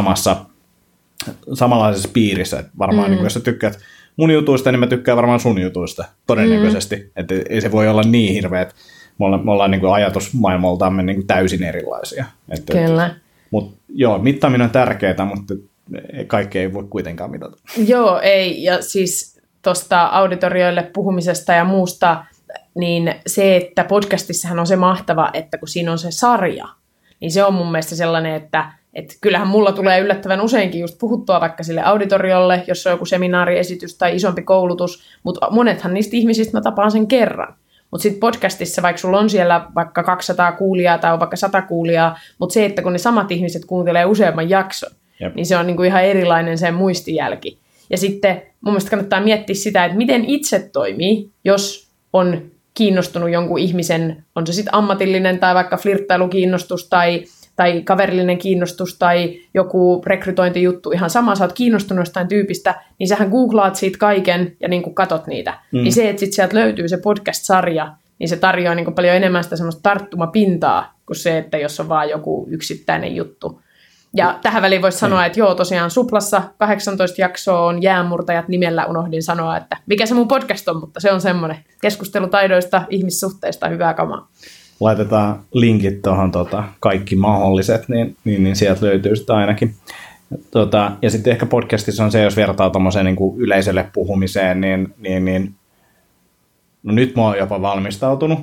samanlaisessa piirissä, että varmaan niin kuin, jos sä tykkäät mun jutuista, niin mä tykkään varmaan sun jutuista, todennäköisesti. Että ei se voi olla niin hirveä, että me ollaan niin kuin ajatusmaailmaltamme niin kuin täysin erilaisia. Kyllä. Mutta joo, mittaaminen on tärkeää, mutta kaikkea ei voi kuitenkaan mitata. Joo, ei. Ja siis tuosta auditorioille puhumisesta ja muusta, niin se, että podcastissahan on se mahtava, että kun siinä on se sarja, niin se on mun mielestä sellainen, että kyllähän mulla tulee yllättävän useinkin just puhuttua vaikka sille auditoriolle, jos on joku seminaariesitys tai isompi koulutus, mutta monethan niistä ihmisistä mä tapaan sen kerran. Mutta sitten podcastissa, vaikka sulla on siellä vaikka 200 kuulijaa tai on vaikka 100 kuulijaa, mutta se, että kun ne samat ihmiset kuuntelee useamman jakson, niin se on niinku ihan erilainen se muistijälki. Ja sitten mun mielestä kannattaa miettiä sitä, että miten itse toimii, jos on kiinnostunut jonkun ihmisen, on se sitten ammatillinen tai vaikka flirttailukiinnostus tai kaverillinen kiinnostus tai joku rekrytointijuttu, ihan sama, sä oot kiinnostunut jostain tyypistä, niin sähän googlaat siitä kaiken ja niin kuin katot niitä. Niin se, että sit sieltä löytyy se podcast-sarja, niin se tarjoaa niin kuin paljon enemmän sitä semmoista tarttumapintaa kuin se, että jos on vaan joku yksittäinen juttu. Ja tähän väliin voisi sanoa, että joo, tosiaan Suplassa 18 jaksoa on Jäänmurtajat nimellä, unohdin sanoa, että mikä se mun podcast on, mutta se on semmoinen keskustelutaidoista, ihmissuhteista, hyvää kamaa. Laitetaan linkit tuohon kaikki mahdolliset, niin sieltä löytyy sitä ainakin. Ja sitten ehkä podcastissa on se, jos vertaa tuommoiseen niin kuin yleisölle puhumiseen, niin no nyt mä oon jopa valmistautunut,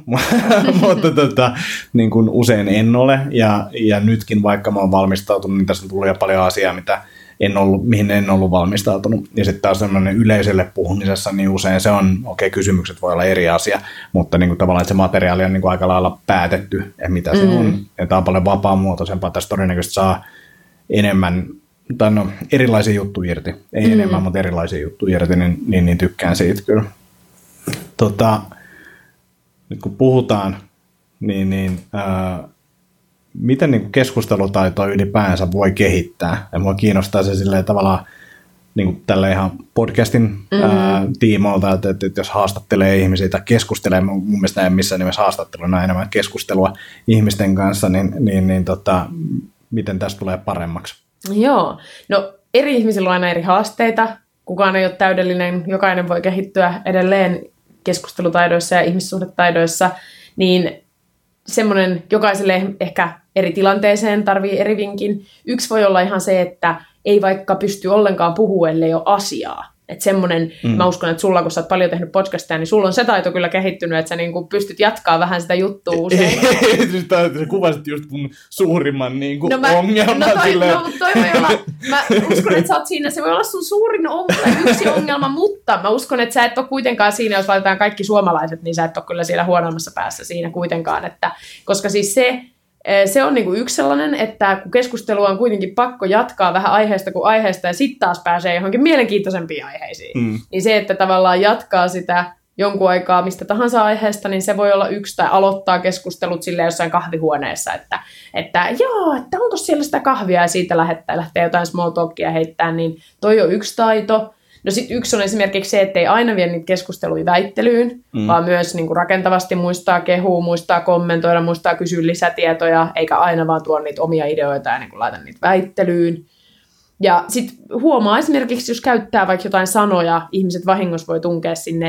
mutta niin kuin usein en ole. Ja nytkin vaikka mä oon valmistautunut, niin tässä on tullut jo paljon asiaa, mihin en ollut valmistautunut. Ja sitten taas semmoinen yleisölle puhumisessa, niin usein se on, kysymykset voi olla eri asia, mutta niin kuin tavallaan että se materiaali on niin kuin aika lailla päätetty, että mitä se on. Ja tämä on paljon vapaamuotoisempaa, tässä todennäköisesti saa enemmän, tai no erilaisia juttuja irti. Ei enemmän, mutta erilaisia juttuja irti, niin tykkään siitä kyllä. Nyt kun puhutaan, niin miten niin keskustelutaitoa ylipäänsä voi kehittää? Ja mua kiinnostaa se silleen tavallaan niin tällä ihan podcastin tiimoilta, että jos haastattelee ihmisiä tai keskustelee, mun mielestä näin missään nimessä haastatteluna enemmän keskustelua ihmisten kanssa, niin miten tästä tulee paremmaksi? Joo, no eri ihmisillä on aina eri haasteita, kukaan ei ole täydellinen, jokainen voi kehittyä edelleen keskustelutaidoissa ja ihmissuhdetaidoissa, niin semmoinen jokaiselle ehkä eri tilanteeseen tarvii eri vinkin. Yksi voi olla ihan se, että ei vaikka pysty ollenkaan puhua, ellei ole asiaa. Että semmoinen, mä uskon, että sulla, kun sä oot paljon tehnyt podcastia, niin sulla on se taito kyllä kehittynyt, että sä niinku pystyt jatkaa vähän sitä juttua usein. Sä kuvasit just mun suurimman niinku ongelman. Mutta toi voi olla, mä uskon, että sä oot siinä, se voi olla sun suurin yksi ongelma, mutta mä uskon, että sä et ole kuitenkaan siinä, jos valitaan kaikki suomalaiset, niin sä et ole kyllä siellä huonommassa päässä siinä kuitenkaan. Koska siis se on niinku yksi sellainen, että kun keskustelua on kuitenkin pakko jatkaa vähän aiheesta kuin aiheesta ja sitten taas pääsee johonkin mielenkiintoisempiin aiheisiin. Niin se, että tavallaan jatkaa sitä jonkun aikaa mistä tahansa aiheesta, niin se voi olla yksi tai aloittaa keskustelut silleen jossain kahvihuoneessa, että onko siellä sitä kahvia ja siitä lähtee jotain small talkia heittää, niin toi on yksi taito. No sitten yksi on esimerkiksi se, että ei aina vie niitä keskusteluja väittelyyn, vaan myös niin kuin rakentavasti muistaa kehua, muistaa kommentoida, muistaa kysyä lisätietoja, eikä aina vaan tuo niitä omia ideoita ja niin kuin laita niitä väittelyyn. Ja sitten huomaa esimerkiksi, jos käyttää vaikka jotain sanoja, ihmiset vahingossa voi tunkea sinne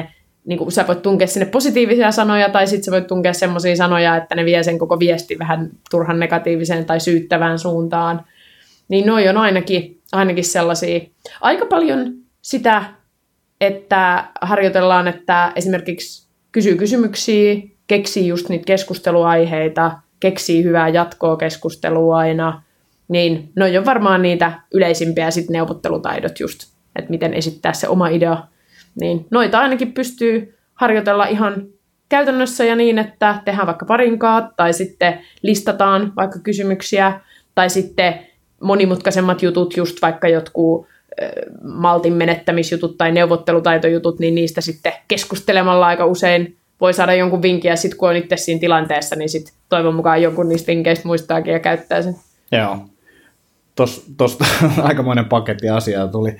niin kuin sä voit tunkea sinne positiivisia sanoja, tai sitten sä voit tunkea semmoisia sanoja, että ne vie sen koko viesti vähän turhan negatiiviseen tai syyttävään suuntaan. Niin noi on ainakin sellaisia. Aika paljon sitä, että harjoitellaan, että esimerkiksi kysyy kysymyksiä, keksii just niitä keskusteluaiheita, keksii hyvää jatkoa keskustelua aina, niin noi on varmaan niitä yleisimpiä sit neuvottelutaidot just, että miten esittää se oma idea. Niin noita ainakin pystyy harjoitella ihan käytännössä ja niin, että tehdään vaikka parinkaan, tai sitten listataan vaikka kysymyksiä, tai sitten monimutkaisemmat jutut, just vaikka jotkut maltin menettämisjutut tai neuvottelutaitojutut, niin niistä sitten keskustelemalla aika usein voi saada jonkun vinkin, ja sitten kun on itse siinä tilanteessa, niin sitten toivon mukaan jonkun niistä vinkkeistä muistaakin ja käyttää sen. Joo. Tuosta aikamoinen paketti asiaa tuli.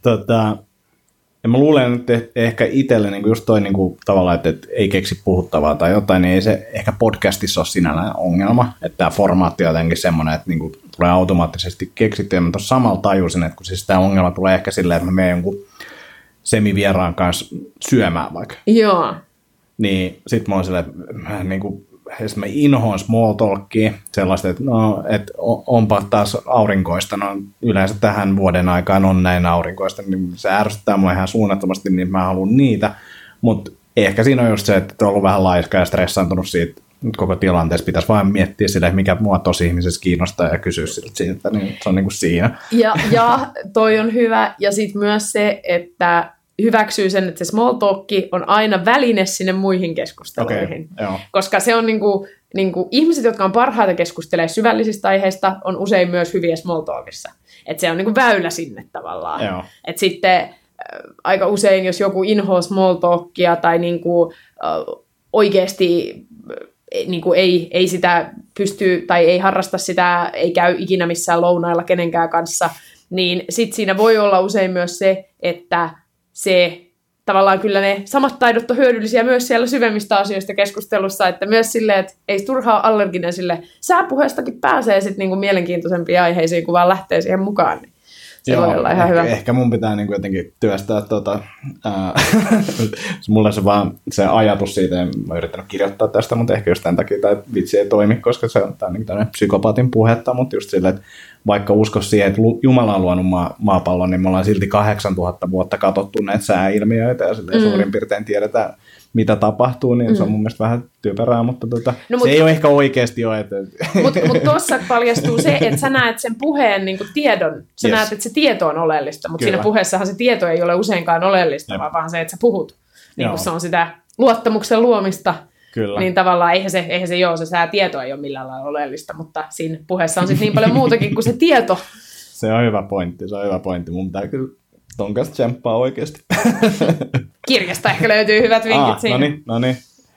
Ja mä luulen, että ehkä itselle niin just toi niin kuin, tavallaan, että ei keksi puhuttavaa tai jotain, niin ei se ehkä podcastissa ole sinällään ongelma. Että tämä formaatti on jotenkin semmoinen, että niin kuin, tulee automaattisesti keksittyä. Ja mä tuossa samalla tajusin, että kun siis tämä ongelma tulee ehkä silleen, että mä menen jonkun semivieraan kanssa syömään vaikka. Joo. Niin sit mä oon silleen, että niin kuin, mä inhoan small talkia, sellaista, että no, että onpa taas aurinkoista, no yleensä tähän vuoden aikaan on näin aurinkoista, niin se ärsyttää mua ihan suunnattomasti, niin mä haluan niitä, mutta ehkä siinä on just se, että on ollut vähän laiska ja stressaantunut siitä koko tilanteessa, pitäisi vaan miettiä sille, mikä mua tosi ihmisessä kiinnostaa ja kysyä siitä, niin se on niin kuin siinä. Ja toi on hyvä, ja sitten myös se, että hyväksyy sen, että se small talk on aina väline sinne muihin keskusteluihin. Okay, koska se on niinku ihmiset, jotka on parhaita keskustelemaan syvällisistä aiheista, on usein myös hyviä small talkissa. Että se on niinku väylä sinne tavallaan. Että sitten aika usein, jos joku inhoaa small talkia tai niinku, oikeasti niinku ei sitä pysty tai ei harrasta sitä, ei käy ikinä missään lounailla kenenkään kanssa, niin sitten siinä voi olla usein myös se, että se tavallaan kyllä ne samat taidot on hyödyllisiä myös siellä syvemmistä asioista keskustelussa, että myös silleen, että ei turhaa allerginen sille sääpuheestakin pääsee sitten niinku mielenkiintoisempiin aiheisiin, kun vaan lähtee siihen mukaan. Niin se voi olla ihan hyvä. Ehkä mun pitää niinku jotenkin työstää mulla se vaan se ajatus siitä, en mä yrittänyt kirjoittaa tästä, mutta ehkä just tämän takia tämä vitsi ei toimi, koska se on niin tämmöinen psykopaatin puhetta, mutta just silleen, että vaikka usko siihen, että Jumala on luonut maapallon, niin me ollaan silti 8000 vuotta katsottu näitä sääilmiöitä ja suurin piirtein tiedetään, mitä tapahtuu, niin se on mun mielestä vähän työperää, mutta se ei ole ehkä oikeasti ole. Mutta tuossa paljastuu se, että sä näet sen puheen niin kuin tiedon, sä näet, että se tieto on oleellista, mutta siinä puheessahan se tieto ei ole useinkaan oleellista, vaan se, että sä puhut. Niin kun se on sitä luottamuksen luomista. Kyllä. Niin tavallaan eihän se säätieto ei ole millään lailla oleellista, mutta siinä puheessa on sitten niin paljon muutakin kuin se tieto. Se on hyvä pointti. Mun pitää kyllä ton kanssa tsemppaa oikeasti. Kirjasta ehkä löytyy hyvät vinkit siinä. No niin.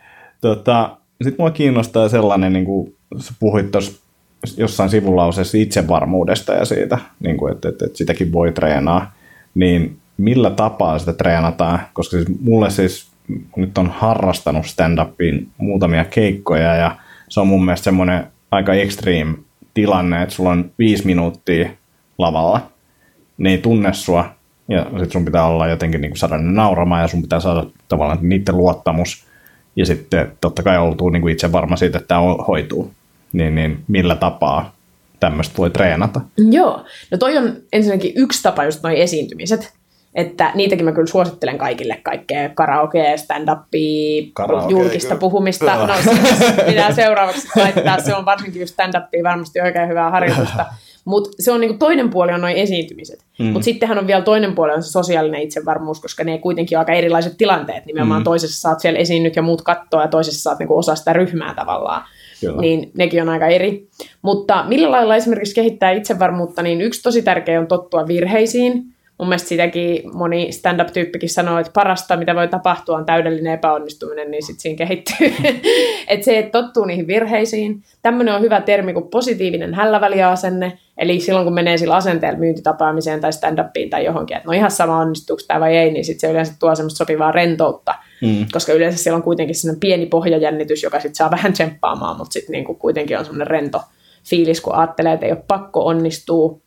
Sitten mua kiinnostaa sellainen, niin kuin sä puhuit tuossa jossain sivulauseessa itsevarmuudesta ja siitä, niin kuin, että sitäkin voi treenaa, niin millä tapaa sitä treenataan? Koska siis mulle siis nyt on harrastanut stand-upiin muutamia keikkoja ja se on mun mielestä semmoinen aika extreme tilanne, että sulla on 5 minuuttia lavalla, ne ei tunne sua ja sit sun pitää olla jotenkin niin kuin saada ne nauramaan ja sun pitää saada tavallaan niiden luottamus ja sitten totta kai oltuu niin kuin itse varma siitä, että tämä hoituu. Niin millä tapaa tämmöistä voi treenata? Joo, no toi on ensinnäkin yksi tapa just noi esiintymiset. Että niitäkin mä kyllä suosittelen kaikille, kaikkea karaokea, stand-upia, julkista puhumista. No pitää seuraavaksi laittaa, se on varsinkin just stand-upia varmasti oikein hyvää harjoitusta. Mutta se on niinku toinen puoli on noin esiintymiset. Mutta sittenhän on vielä toinen puoli on se sosiaalinen itsevarmuus, koska ne kuitenkin on aika erilaiset tilanteet. Nimenomaan toisessa saat siellä esiinnyt ja muut kattoo ja toisessa saat niinku osa sitä ryhmää tavallaan. Kyllä. Niin nekin on aika eri. Mutta millä lailla esimerkiksi kehittää itsevarmuutta, niin yksi tosi tärkeä on tottua virheisiin. Mun mielestä sitäkin moni stand-up-tyyppikin sanoo, että parasta, mitä voi tapahtua, on täydellinen epäonnistuminen, niin sitten siinä kehittyy. Että se, että tottuu niihin virheisiin. Tämmöinen on hyvä termi kuin positiivinen hälläväliasenne. Eli silloin, kun menee sillä asenteella myyntitapaamiseen tai stand-upiin tai johonkin, että no ihan sama onnistuuko tämä vai ei, niin sitten se yleensä tuo semmoista sopivaa rentoutta. Koska yleensä siellä on kuitenkin semmoinen pieni pohjajännitys, joka sitten saa vähän tsemppaamaan, mutta sitten niinku kuitenkin on semmoinen rento fiilis, kun ajattelee, että ei ole pakko onnistua.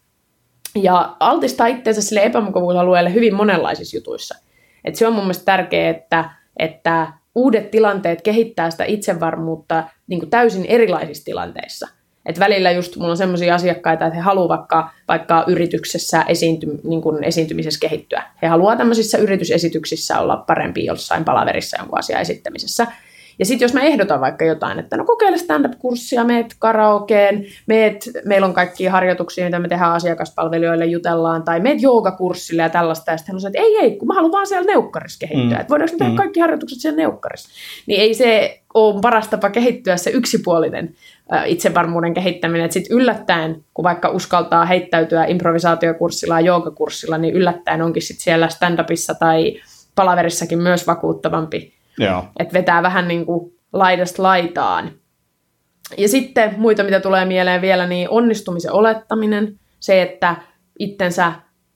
Ja altistaa itseensä sille epämukavuusalueelle hyvin monenlaisissa jutuissa. Et se on mun mielestä tärkeää, että että uudet tilanteet kehittää sitä itsevarmuutta niin kuin täysin erilaisissa tilanteissa. Et välillä just mulla on sellaisia asiakkaita, että he haluavat vaikka yrityksessä niin kuin esiintymisessä kehittyä. He haluaa tämmöisissä yritysesityksissä olla parempi jossain palaverissa jonkun asian esittämisessä. Ja sitten jos mä ehdotan vaikka jotain, että no kokeile stand-up-kurssia, meet karaokeen, meillä on kaikkia harjoituksia, mitä me tehdään asiakaspalvelijoille, jutellaan, tai meet joogakurssille ja tällaista, ja sitten hän sanoo, että ei, kun mä haluan vaan siellä neukkarissa kehittyä, että voidaanko me tehdä kaikki harjoitukset siellä neukkarissa. Niin ei se ole paras tapa kehittyä se yksipuolinen itsevarmuuden kehittäminen, että sitten yllättäen, kun vaikka uskaltaa heittäytyä improvisaatiokurssilla ja joogakurssilla, niin yllättäen onkin sitten siellä stand-upissa tai palaverissakin myös vakuuttavampi. Että vetää vähän niin kuin laidasta laitaan. Ja sitten muita, mitä tulee mieleen vielä, niin onnistumisen olettaminen. Se, että itsensä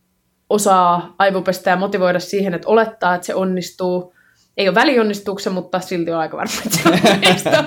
osaa aivopestä ja motivoida siihen, että olettaa, että se onnistuu. Ei ole välionnistuksen, mutta silti on aika varma, että se onnistuu.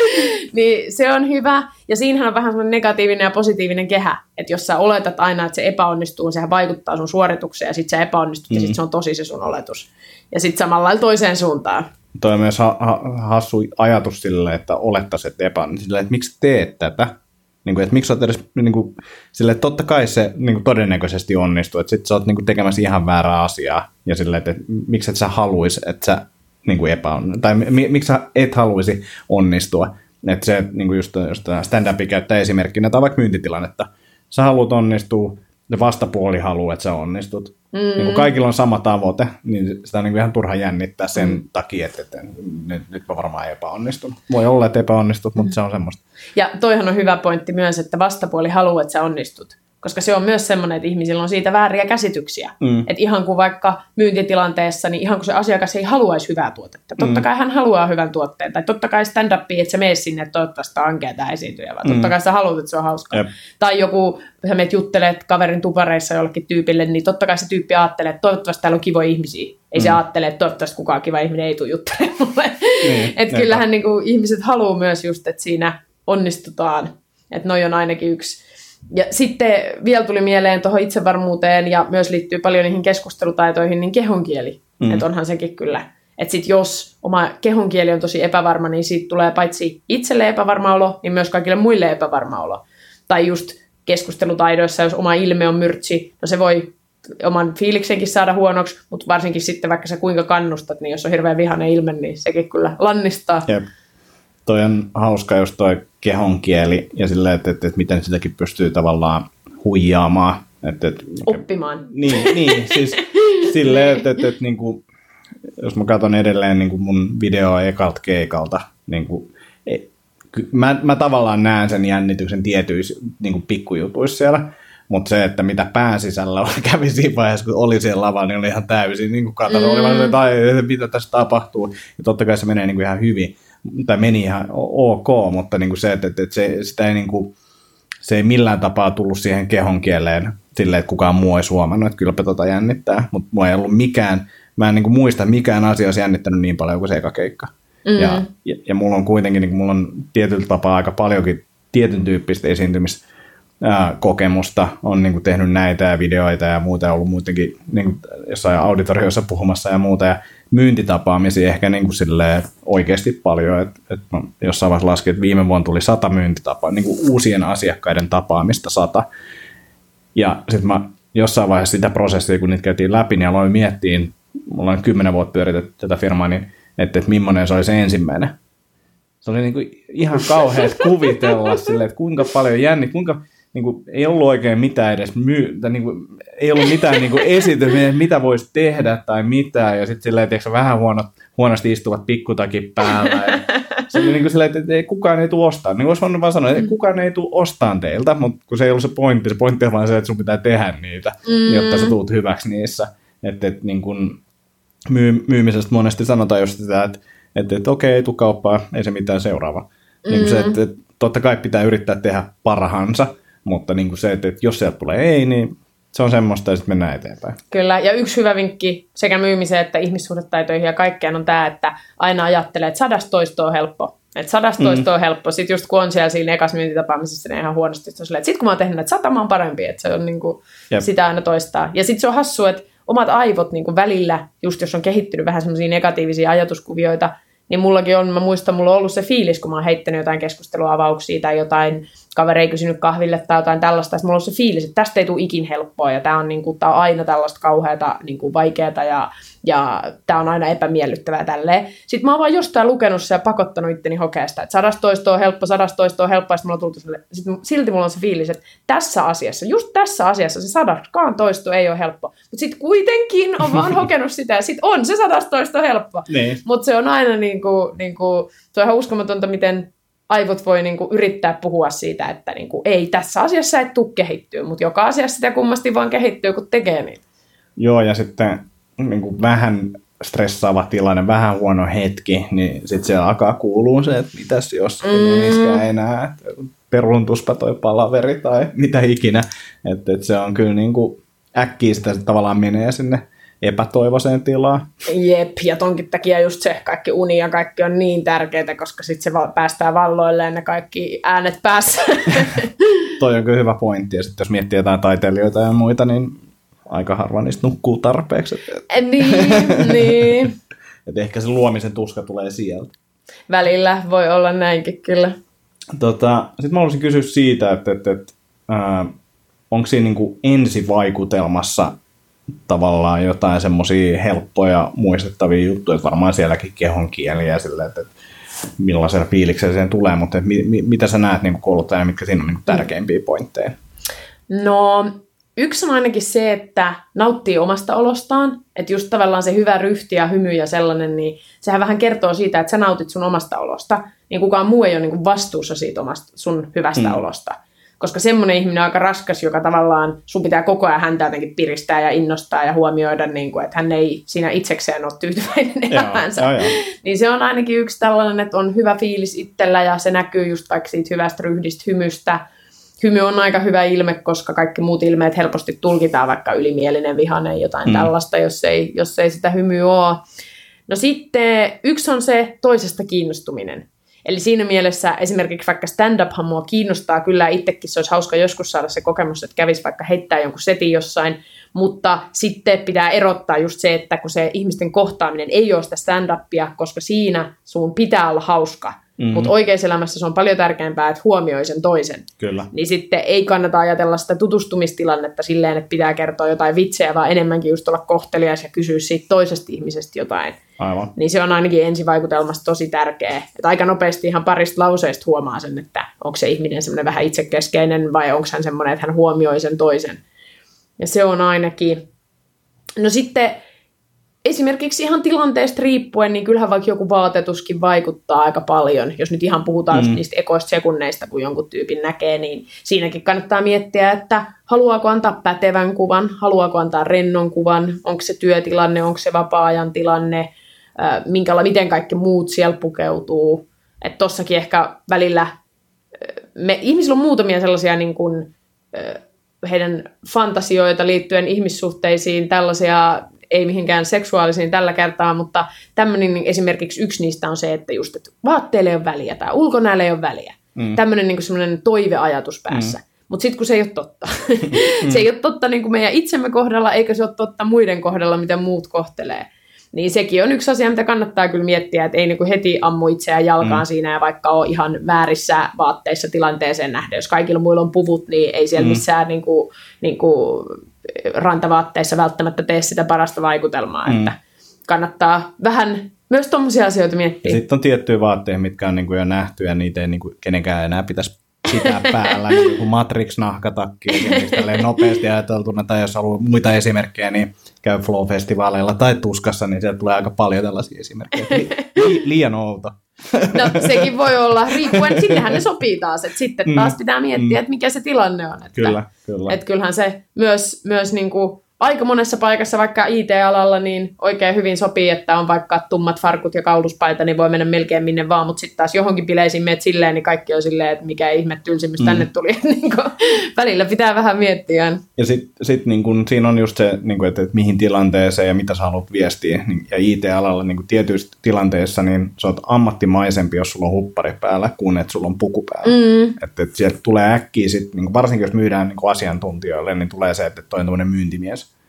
Niin se on hyvä. Ja siinähän on vähän semmoinen negatiivinen ja positiivinen kehä. Että jos sä oletat aina, että se epäonnistuu, sehän vaikuttaa sun suoritukseen ja sitten sä epäonnistut ja sitten se on tosi se sun oletus. Ja sitten samalla lailla toiseen suuntaan. Toi on myös hassu ajatus sille, että olettaisi, että epäonnistuu. Että miksi teet tätä? Niin kuin, että miksi sä oot edes, niin kuin, sille, että totta kai se niin kuin todennäköisesti onnistuu. Että sit sä oot niin kuin tekemässä ihan väärää asiaa. Ja sille, että miksi et sä haluisi, että sä niin kuin tai miksi sä et haluisi onnistua. Että se niin kuin just stand-upia käyttää esimerkkinä tai vaikka myyntitilannetta. Sä haluat onnistua, ja vastapuoli haluaa, että sä onnistut. Niin kuin kaikilla on sama tavoite, niin sitä on niin kuin ihan turha jännittää sen takia, että nyt mä varmaan epäonnistun. Voi olla, että epäonnistut, mutta se on semmoista. Ja toihan on hyvä pointti myös, että vastapuoli haluaa, että sä onnistut. Koska se on myös semmoinen, että ihmisillä on siitä vääriä käsityksiä. Että ihan kuin vaikka myyntitilanteessa, niin ihan kuin se asiakas ei haluaisi hyvää tuotetta. Totta kai hän haluaa hyvän tuotteen. Tai totta kai stand-upia, että sä meet sinne, että toivottavasti on ankea tämä esiintyjä. Vai totta kai sä haluat, että se on hauskaa. Jep. Tai joku, sä meet juttelet kaverin tupareissa jollekin tyypille, niin totta kai se tyyppi ajattelee, että toivottavasti täällä on kivoja ihmisiä. Ei se ajattele, että toivottavasti kukaan kiva ihminen ei tule juttelemaan mulle. Että kyllähän niin kuin ihmiset haluaa myös just, että siinä onnistutaan. Että noi on ainakin yksi. Ja sitten vielä tuli mieleen tuohon itsevarmuuteen ja myös liittyy paljon niihin keskustelutaitoihin, niin kehonkieli. Että onhan sekin kyllä. Että sitten jos oma kehonkieli on tosi epävarma, niin siitä tulee paitsi itselle epävarma olo, niin myös kaikille muille epävarma olo. Tai just keskustelutaidoissa, jos oma ilme on myrtsi, no se voi oman fiiliksenkin saada huonoksi, mutta varsinkin sitten vaikka sä kuinka kannustat, niin jos on hirveän vihainen ilme, niin sekin kyllä lannistaa. Jep. Toi on hauska just toi kehonkieli ja silleen, että miten sitäkin pystyy tavallaan huijaamaan. Oppimaan. Niin siis silleen, että niin kuin, jos mä katson edelleen niin kuin mun videoa ekalta keikalta, niin kuin, mä tavallaan näen sen jännityksen tietyissä niin kuin pikkujutuissa siellä, mutta se, että mitä pään sisällä kävi siinä vaiheessa, kun oli siellä lavalla, niin oli ihan täysin niin kuin katsonut, oli vaan että mitä tässä tapahtuu, ja totta kai se menee niin kuin ihan hyvin. Tai meni ihan ok, mutta niin kuin se, että sitä ei, niin kuin, se ei millään tapaa tullut siihen kehonkieleen silleen, että kukaan muu ei huomannut, että kylläpä jännittää, mutta mua ei ollut mikään, mä en niin kuin muista, mikään asia olisi jännittänyt niin paljon kuin se eka keikka. Ja mulla on kuitenkin, niin kuin, mulla on tietyllä tapaa aika paljonkin tietyn tyyppistä esiintymiskokemusta, on niin kuin tehnyt näitä ja videoita ja muuta, ja ollut muutenkin niin kuin jossain auditorioissa puhumassa ja muuta, ja myyntitapaamisia ehkä niin kuin silleen oikeasti paljon, että jossain vaiheessa laskin, että viime vuonna tuli 100 myyntitapaa, niin kuin uusien asiakkaiden tapaamista 100, ja sitten mä jossain vaiheessa sitä prosessia, kun niitä käytiin läpi, niin aloin miettiä, mulla on 10 vuotta pyöritetty tätä firmaa, niin että millainen se oli se ensimmäinen. Se oli niin kuin ihan kauheat kuvitella silleen, että kuinka paljon kuinka niin kuin, ei ollut oikein mitään edes niin kuin, ei ollut mitään niin kuin esitystä, mitä voisi tehdä tai mitään, ja sitten silleen, että vähän huonosti istuvat pikkutakin päällä. Ja se oli niin kuin silleen, että kukaan ei tule ostamaan. Niin olisi voinut vaan sanoa, että kukaan ei tule ostamaan teiltä, mutta kun se ei ollut se pointti on vaan se, että sun pitää tehdä niitä, jotta sä tulet hyväksi niissä. Että niin kuin myymisestä monesti sanotaan just sitä, että okei, ei tule kauppaa, ei se mitään seuraava. Niin kuin se, että totta kai pitää yrittää tehdä parhaansa, mutta niin kuin se, että jos sieltä tulee ei, niin se on semmoista ja sitten mennään eteenpäin. Kyllä, ja yksi hyvä vinkki sekä myymiseen että ihmissuhdetaitoihin ja kaikkeen on tämä, että aina ajattelee, että 100 on helppo. Että 100 on helppo. Sitten just kun on siellä siinä ekassa myyntitapaamisessa, niin ihan huonosti. Sitten kun mä oon tehnyt näitä 100, mä oon parempi. Että se on niin kuin sitä aina toistaa. Ja sitten se on hassu, että omat aivot niin kuin välillä, just jos on kehittynyt vähän semmoisia negatiivisia ajatuskuvioita, niin mullakin on, mä muistan, mulla on ollut se fiilis, kun mä oon heittänyt jotain keskusteluavauksia tai jotain, kaveri ei kysynyt kahville tai jotain tällaista, ja mulla on ollut se fiilis, että tästä ei tule ikin helppoa, ja tää on aina tällaista kauheata, niin kuin vaikeata, ja tää on aina epämiellyttävää tälleen. Sitten mä oon vaan jostain lukenut se ja pakottanut itteni hokeesta, että 112 on helppo, 112 on helppo, ja sitten mulla on tultu silti mulla on se fiilis, että tässä asiassa, just tässä asiassa se 100 toisto ei ole helppo, mutta sitten kuitenkin on vaan hokenut sitä, ja sitten on se 112 on helppo, mutta se on aina se on ihan uskomatonta, miten aivot voi yrittää puhua siitä, että ei tässä asiassa et tule kehittyä, mutta joka asiassa sitä kummasti vaan kehittyy, kun tekee niitä. Joo, ja sitten vähän stressaava tilanne, vähän huono hetki, niin sitten siellä alkaa kuulua se, että mitäs jos ei enää, peruntuspa toi palaveri tai mitä ikinä. Että se on kyllä äkkiä sitä tavallaan menee sinne epätoivoiseen tilaan. Jep, ja tonkin takia just se kaikki uni ja kaikki on niin tärkeää, koska sitten se päästään valloilleen ne kaikki äänet päässä. Toi on kyllä hyvä pointti, ja sitten jos miettii jotain taiteilijoita ja muita, niin aika harva niistä nukkuu tarpeeksi. Niin. Että ehkä se luomisen tuska tulee sieltä. Välillä voi olla näinkin kyllä. Sitten mä haluaisin kysyä siitä, että onko siinä ensivaikutelmassa tavallaan jotain semmoisia helppoja muistettavia juttuja, että varmaan sielläkin kehon kieliä sille, että millaisen fiiliksen siihen tulee, mutta mitä sä näet kouluttajana, mitkä siinä on tärkeimpiä pointteja? No, yksi on ainakin se, että nauttii omasta olostaan, että just tavallaan se hyvä ryhti ja hymy ja sellainen, niin sehän vähän kertoo siitä, että sä nautit sun omasta olosta, niin kukaan muu ei ole vastuussa siitä sun hyvästä olosta. Koska semmoinen ihminen on aika raskas, joka tavallaan sun pitää koko ajan häntä jotenkin piristää ja innostaa ja huomioida, että hän ei siinä itsekseen ole tyytyväinen elämänsä. Niin se on ainakin yksi tällainen, että on hyvä fiilis itsellä ja se näkyy just vaikka siitä hyvästä ryhdistä, hymystä. Hymy on aika hyvä ilme, koska kaikki muut ilmeet helposti tulkitaan, vaikka ylimielinen, vihainen, jotain tällaista, jos ei sitä hymyä ole. No sitten yksi on se toisesta kiinnostuminen. Eli siinä mielessä esimerkiksi vaikka stand-uphan mua kiinnostaa kyllä, itsekin se olisi hauska joskus saada se kokemus, että kävisi vaikka heittää jonkun setin jossain, mutta sitten pitää erottaa just se, että kun se ihmisten kohtaaminen ei ole sitä stand-upia, koska siinä sun pitää olla hauska, mutta oikeassa elämässä se on paljon tärkeämpää, että huomioi sen toisen. Kyllä. Niin sitten ei kannata ajatella sitä tutustumistilannetta silleen, että pitää kertoa jotain vitsejä, vaan enemmänkin just olla kohtelias ja kysyä siitä toisesta ihmisestä jotain. Aivan. Niin se on ainakin ensivaikutelmasta tosi tärkeä. Että aika nopeasti ihan parista lauseista huomaa sen, että onko se ihminen semmoinen vähän itsekeskeinen vai onko hän semmoinen, että hän huomioi sen toisen. Ja se on ainakin. No sitten esimerkiksi ihan tilanteesta riippuen, niin kyllähän vaikka joku vaatetuskin vaikuttaa aika paljon. Jos nyt ihan puhutaan niistä ekoista sekunneista, kun jonkun tyypin näkee, niin siinäkin kannattaa miettiä, että haluaako antaa pätevän kuvan, haluaako antaa rennon kuvan, onko se työtilanne, onko se vapaa-ajan tilanne, miten kaikki muut siellä pukeutuu. Että tossakin ehkä välillä, ihmisillä on muutamia sellaisia niin kuin, heidän fantasioita liittyen ihmissuhteisiin, tällaisia ei mihinkään seksuaalisiin tällä kertaa, mutta tämmöinen esimerkiksi yksi niistä on se, että just, että vaatteille ei ole väliä tai ulkonäölle ei ole väliä. Tämmöinen niin kuin semmoinen toiveajatus päässä. Mutta sitten kun se ei ole totta. Se ei ole totta niin kuin meidän itsemme kohdalla, eikä se ole totta muiden kohdalla, miten muut kohtelee. Niin sekin on yksi asia, mitä kannattaa kyllä miettiä, että ei niin kuin heti ammu itseään jalkaan siinä ja vaikka ole ihan väärissä vaatteissa tilanteeseen nähden. Jos kaikilla muilla on puvut, niin ei siellä missään niin kuin rantavaatteissa välttämättä tee sitä parasta vaikutelmaa. Että kannattaa vähän myös tommosia asioita miettiä. Sitten on tiettyjä vaatteita, mitkä on niin kuin jo nähty ja niitä ei niin kuin kenenkään enää pitäisi pitää päällä, niin kuin Matrix-nahkatakki, niin nopeasti ajateltuna, tai jos haluaa muita esimerkkejä, niin käy Flow-festivaaleilla tai Tuskassa, niin sieltä tulee aika paljon tällaisia esimerkkejä. Liian outo. No sekin voi olla, riippuen, sittenhän ne sopii taas, että sitten taas pitää miettiä, että mikä se tilanne on. Että, kyllä. Että kyllähän se myös niin kuin aika monessa paikassa, vaikka IT-alalla, niin oikein hyvin sopii, että on vaikka tummat farkut ja kauluspaita, niin voi mennä melkein minne vaan, mutta sitten taas johonkin bileisiin menet silleen, niin kaikki on silleen, että mikä ihme tylsimys tänne tuli. Niin välillä pitää vähän miettiä. Ja sitten niin siinä on just se, niin kuin, että mihin tilanteeseen ja mitä sä haluat viestiä. Ja IT-alalla niin tietyissä tilanteissa niin sä oot ammattimaisempi, jos sulla on huppari päällä, kuin että sulla on puku päällä. Että sieltä tulee äkkiä, sit, niin varsinkin jos myydään niin asiantuntijoille, niin tulee se, että toi on tämmöinen myyntimies.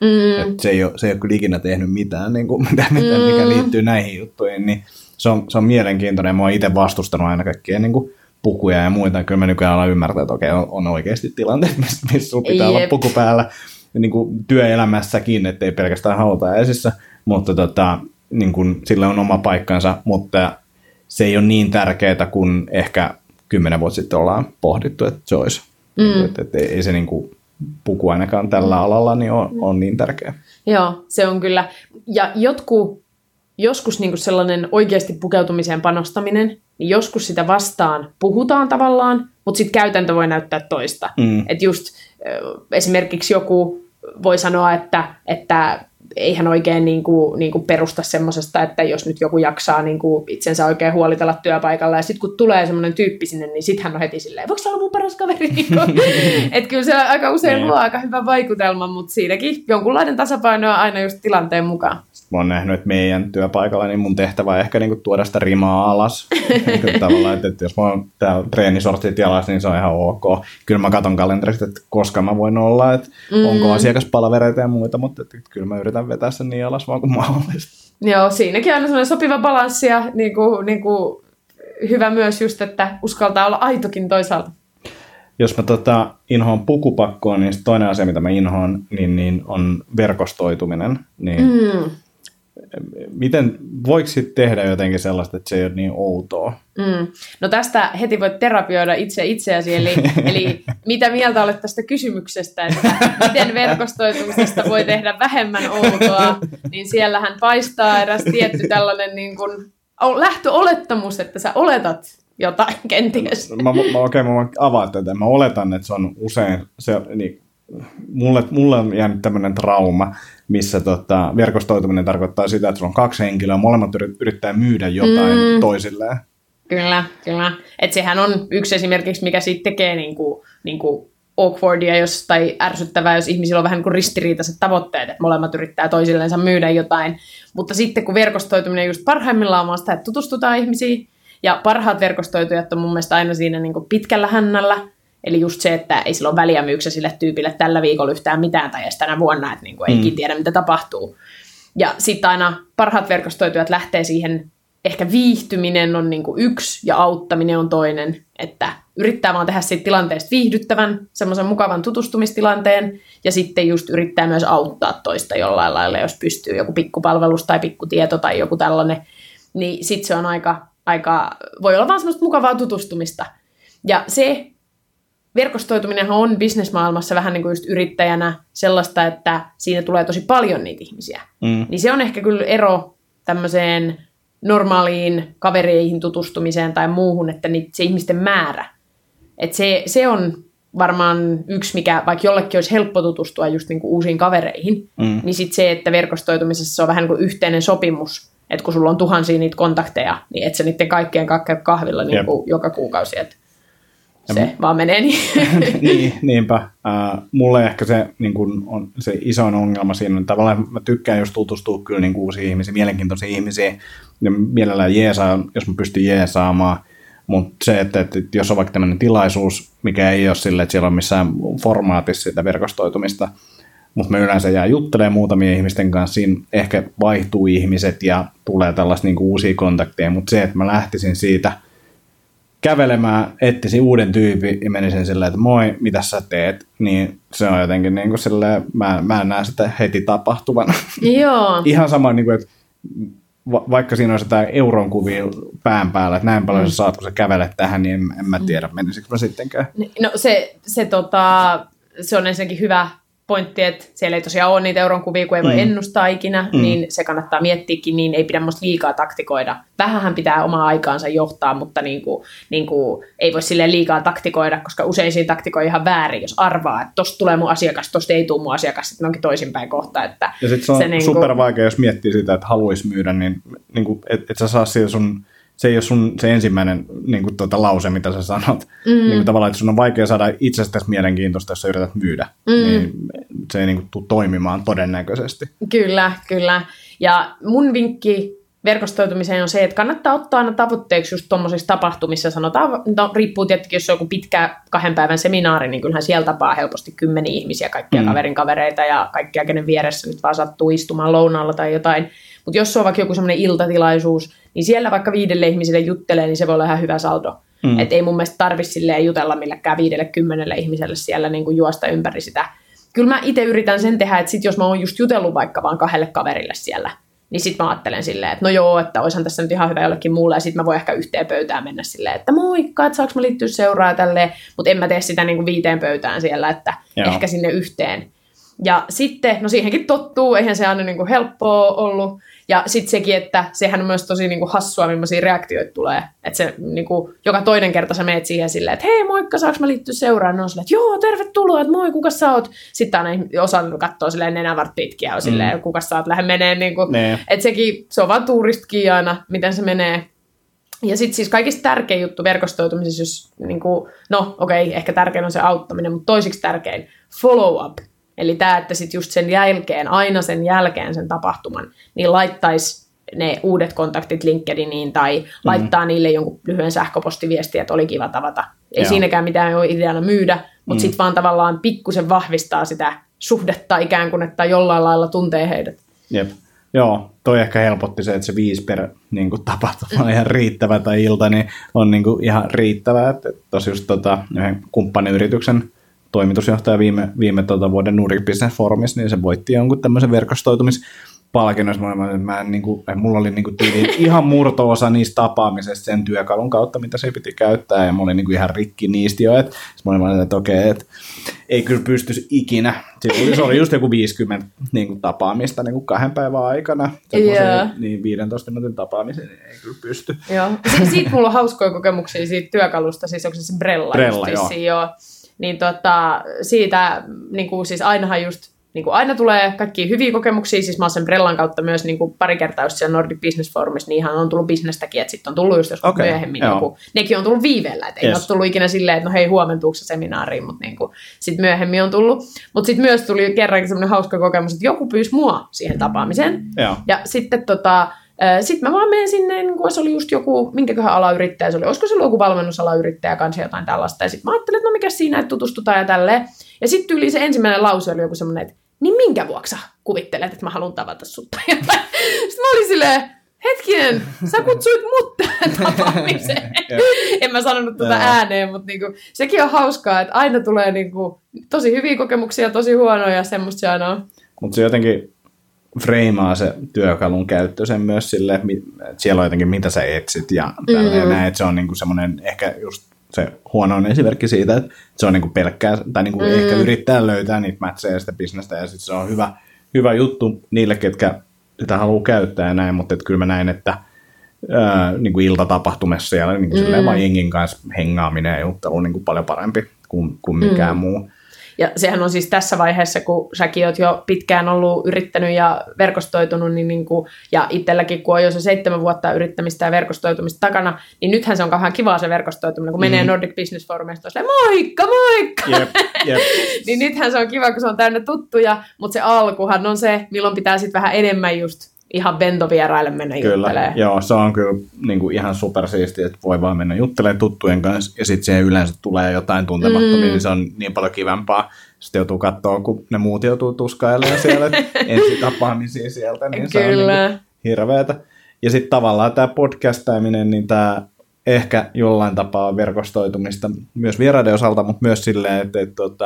Et se ei ole kyllä ikinä tehnyt mitään, niin kuin, mikä liittyy näihin juttuihin, niin se on mielenkiintoinen. Mä oon itse vastustanut aina kaikkia niin kuin pukuja ja muita. Kyllä mä nykyään alan ymmärtää, että okei, on oikeasti tilanteet, missä sulla pitää olla puku päällä niin kuin työelämässäkin, ettei pelkästään hautajaisissa, mutta niin kuin, sillä on oma paikkansa, mutta se ei ole niin tärkeää kuin ehkä 10 vuotta sitten ollaan pohdittu, että se olisi. Että ei se niin kuin puku ainakaan tällä alalla niin on niin tärkeä. Joo, se on kyllä. Ja joskus niin kuin sellainen oikeasti pukeutumiseen panostaminen, niin joskus sitä vastaan puhutaan tavallaan, mutta sitten käytäntö voi näyttää toista. Että just esimerkiksi joku voi sanoa, että eihän oikein niin kuin perusta semmosesta, että jos nyt joku jaksaa niin kuin itsensä oikein huolitella työpaikalla, ja sitten kun tulee semmoinen tyyppi sinne, niin sitten hän on heti silleen, voiko se olla mun paras kaveri? Että kyllä se aika usein luo aika hyvä vaikutelma, mutta siinäkin jonkunlainen tasapaino on aina just tilanteen mukaan. Mä oon nähnyt, että meidän työpaikalla niin mun tehtävä on ehkä niin tuoda sitä rimaa alas. Tavallaan, että jos mä oon täällä treenisortit jalas, niin se on ihan ok. Kyllä mä katon kalenterista, että koska mä voin olla, että onko asiakaspalavereita ja muita, mutta että kyllä mä yritän vetää sen niin alas vaan kuin mahdollista. Joo, siinäkin on aina sellainen sopiva balanssi ja niin kuin hyvä myös just, että uskaltaa olla aitokin toisaalta. Jos mä inhoan pukupakkoon, niin toinen asia, mitä mä inhoan, niin on verkostoituminen. Niin miten, voiko sitten tehdä jotenkin sellaista, että se ei ole niin outoa? No tästä heti voit terapioida itseäsi, eli mitä mieltä olet tästä kysymyksestä, että miten verkostoitumisesta voi tehdä vähemmän outoa, niin siellähän paistaa eräs tietty tällainen niin kuin lähtöolettamus, että sä oletat jotain kenties. Mä voin avaa tätä. Mä oletan, että se on usein, mulle on jäänyt tämmöinen trauma, missä verkostoituminen tarkoittaa sitä, että sulla on 2 henkilöä, molemmat yrittää myydä jotain toisilleen. Kyllä. Että sehän on yksi esimerkiksi, mikä siitä tekee niinku awkwardia tai ärsyttävää, jos ihmisillä on vähän niin kuin ristiriitaiset tavoitteet, että molemmat yrittää toisilleensa myydä jotain. Mutta sitten kun verkostoituminen just parhaimmillaan on sitä, että tutustutaan ihmisiin, ja parhaat verkostoitujat on mun mielestä aina siinä niin kuin pitkällä hännällä. Eli just se, että ei sillä ole väliä myyksä sille tyypille tällä viikolla yhtään mitään tai edes tänä vuonna, että niin kuin eikin tiedä, mitä tapahtuu. Ja sitten aina parhaat verkostoitujat lähtee siihen, ehkä viihtyminen on niin kuin yksi ja auttaminen on toinen. Että yrittää vaan tehdä siitä tilanteesta viihdyttävän, semmoisen mukavan tutustumistilanteen, ja sitten just yrittää myös auttaa toista jollain lailla, jos pystyy joku pikkupalvelus tai pikkutieto tai joku tällainen, niin sitten se on voi olla vaan semmoista mukavaa tutustumista. Ja se verkostoituminenhan on bisnesmaailmassa vähän niin kuin just yrittäjänä sellaista, että siinä tulee tosi paljon niitä ihmisiä. Niin se on ehkä kyllä ero tämmöiseen normaaliin kavereihin tutustumiseen tai muuhun, että se ihmisten määrä. Että se on varmaan yksi, mikä vaikka jollekin olisi helppo tutustua just niin kuin uusiin kavereihin, niin sitten se, että verkostoitumisessa se on vähän niin kuin yhteinen sopimus, että kun sulla on tuhansia niitä kontakteja, niin et sä niiden kaikkien kahvilla niin kuin joka kuukausi, että se vaan menee niin. Niinpä. Mulle ehkä se, niin kun on se isoin ongelma siinä, että tavallaan mä tykkään just tutustua kyllä niin uusiin ihmisiin, mielenkiintoisiin ihmisiin, ja mielellään jeesaan, jos mä pystyn jeesaamaan, mutta se, että jos on vaikka tämmöinen tilaisuus, mikä ei ole silleen, että siellä on missään formaatissa sitä verkostoitumista, mutta mä yleensä jää juttelemaan muutamien ihmisten kanssa, siinä ehkä vaihtuu ihmiset ja tulee tällaista niin uusia kontakteja, mutta se, että mä lähtisin siitä kävelemään, etsisin uuden tyypin ja menisin silleen, että moi, mitä sä teet, niin se on jotenkin niin kuin silleen, mä en näe sitä heti tapahtuvana. Joo. Ihan sama, niin kuin, että vaikka siinä olisi jotain euron kuvia pään päällä, että näin paljon sä saat, kun sä kävelet tähän, niin en mä tiedä, menisikö mä sittenkään. No se on ensinnäkin hyvä pointti, että siellä ei tosiaan ole niitä euron kuvia, kun ei voi ennustaa ikinä, niin se kannattaa miettiäkin, niin ei pidä musta liikaa taktikoida. Vähänhän pitää omaa aikaansa johtaa, mutta niin kuin, ei voi silleen liikaa taktikoida, koska usein siinä taktikoi ihan väärin, jos arvaa, että tosta tulee mun asiakas, tosta ei tule mun asiakas, sitten onkin toisinpäin kohta. Että ja sitten se on super vaikea, jos miettii sitä, että haluaisi myydä, niin et sä saa siitä se ei ole se ensimmäinen niin kuin lause, mitä sä sanot. Niin kuin tavallaan, että sun on vaikea saada itsestäsi mielenkiintoista, jos sä yrität myydä. Niin se ei niin kuin tule toimimaan todennäköisesti. Kyllä. Ja mun vinkki verkostoitumiseen on se, että kannattaa ottaa aina tavoitteeksi just tuommoisissa tapahtumissa, sanotaan, no, riippuu tietenkin, jos on joku pitkä 2 päivän seminaari, niin kyllähän siellä tapaa helposti 10 ihmisiä, kaikkia kaverin kavereita ja kaikkia, kenen vieressä nyt vaan sattuu istumaan lounaalla tai jotain. Mutta jos se on vaikka joku semmoinen iltatilaisuus, niin siellä vaikka 5 ihmisille juttelee, niin se voi olla ihan hyvä saldo. Että ei mun mielestä tarvitse silleen jutella millekään 5-10 ihmiselle siellä niin kuin juosta ympäri sitä. Kyllä mä itse yritän sen tehdä, että sit jos mä oon just jutellut vaikka vaan 2 kaverille siellä, niin sitten mä ajattelen silleen, että no joo, että oishan tässä nyt ihan hyvä jollekin muulle, ja sitten mä voin ehkä yhteen pöytään mennä silleen, että moikka, että saanko mä liittyä seuraan tälleen, mutta en mä tee sitä niin kuin 5 pöytään siellä, että ehkä sinne yhteen. Ja sitten, no siihenkin tottuu, eihän se aina niin kuin helppoa ollut, ja sitten sekin, että sehän on myös tosi niin kuin hassua, millaisia reaktioita tulee, että se niin kuin, joka toinen kerta sä meet siihen silleen, että hei moikka, saanko mä liittyä seuraan, no on silleen, että joo, tervetuloa, että moi, kuka sä oot, sitten aina osa katsoo silleen nenävart pitkiä, on silleen, kuka sä oot, lähde menee, niin kuin, että sekin, se on vaan tuuristikin aina, miten se menee. Ja sitten siis kaikista tärkein juttu verkostoitumisessa, jos, niin kuin, no okei, ehkä tärkein on se auttaminen, mutta toisiksi tärkein, follow up. Eli tämä, että sitten just sen jälkeen, aina sen jälkeen sen tapahtuman, niin laittaisi ne uudet kontaktit LinkedIniin tai laittaa niille jonkun lyhyen sähköpostiviestiä, että oli kiva tavata. Ei siinäkään mitään ole ideana myydä, mutta sitten vaan tavallaan pikkusen vahvistaa sitä suhdetta ikään kuin, että jollain lailla tuntee heidät. Jep. Joo, toi ehkä helpotti se, että se 5 per niin kuin, tapahtuma on ihan riittävä tai ilta, niin on niin kuin, ihan riittävää. Että tosi just yhden kumppaniyrityksen toimitusjohtaja viime vuoden Nordic Business Forumissa, niin se voitti jonkun tämmöisen verkostoitumispalkinnon. Mulla oli niin kuin ihan murto-osa niistä tapaamisesta sen työkalun kautta, mitä se piti käyttää, ja mä olin niin kuin ihan rikki niistä jo. Mä olin, että okei, että ei kyllä pystyisi ikinä. Se oli just joku 50 niin kuin tapaamista niin kuin 2 päivän aikana. Niin 15 minuutin tapaamisen ei kyllä pysty. Joo. Siitä mulla on hauskoja kokemuksia siitä työkalusta, siis onko se Brella joo. Niin siitä, niin kuin siis ainahan just, niin kuin aina tulee kaikkia hyviä kokemuksia, siis mä oon sen Brellan kautta myös niin kuin pari kertaa just siellä Nordic Business Forumissa, niin ihan on tullut bisnestäkin, että sitten on tullut just joskus myöhemmin, niin kuin, nekin on tullut viiveellä, että ei ole tullut ikinä silleen, että no hei, huomentuuko se seminaariin, mutta niin sitten myöhemmin on tullut. Mutta sitten myös tuli kerrankin semmoinen hauska kokemus, että joku pyysi mua siihen tapaamiseen, ja sitten sitten mä vaan menen sinne, niin kun se oli just joku, minkäköhän alayrittäjä se oli, olisiko se ollut joku valmennusalayrittäjä kanssa jotain tällaista, ja sitten mä ajattelin, että no mikä siinä, että tutustutaan ja tälleen. Ja sitten yli se ensimmäinen lause oli joku semmoinen, että niin minkä vuoksi sä kuvittelet, että mä haluan tavata sut tai jotain. Sitten mä olin silleen, hetkinen, sä kutsuit mut tapaamiseen. En mä sanonut tuota ääneen, mutta niinku, sekin on hauskaa, että aina tulee niinku, tosi hyviä kokemuksia, tosi huonoja ja semmoista se aina on. Mutta se jotenkin freimaa se työkalun käyttö sen myös silleen, että siellä on jotenkin mitä sä etsit ja näin, että se on niinku semmoinen ehkä just se huono esimerkki siitä, että se on niinku pelkkää, tai niinku ehkä yrittää löytää niitä matcheja sitä bisnestä, ja sitten se on hyvä juttu niille, ketkä sitä haluaa käyttää ja näin, mutta kyllä mä näin, että niinku iltatapahtumassa siellä niinku silleen vaan jengin kanssa hengaaminen ja juttelu on niinku paljon parempi kuin mikään muu. Ja sehän on siis tässä vaiheessa, kun säkin oot jo pitkään ollut yrittänyt ja verkostoitunut, ja itselläkin, kun on jo se 7 vuotta yrittämistä ja verkostoitumista takana, niin nythän se on kauhean kivaa se verkostoituminen, kun menee Nordic Business Forumista, on moikka, moikka! Yep. Niin nythän se on kiva, kun se on täynnä tuttuja, mutta se alkuhan on se, milloin pitää sitten vähän enemmän just ihan bentovieraille mennä juttelemaan. Joo, se on kyllä niin kuin ihan supersiistiä, että voi vaan mennä juttelemaan tuttujen kanssa, ja sitten siihen yleensä tulee jotain tuntemattomia, niin se on niin paljon kivempaa. Sitten joutuu katsoa, kun ne muut joutuu tuskailemaan siellä, ensitapaamisia sieltä, niin se on niin hirveätä. Ja sitten tavallaan tämä podcastaaminen, niin tämä ehkä jollain tapaa verkostoitumista myös vieraiden osalta, mutta myös silleen, että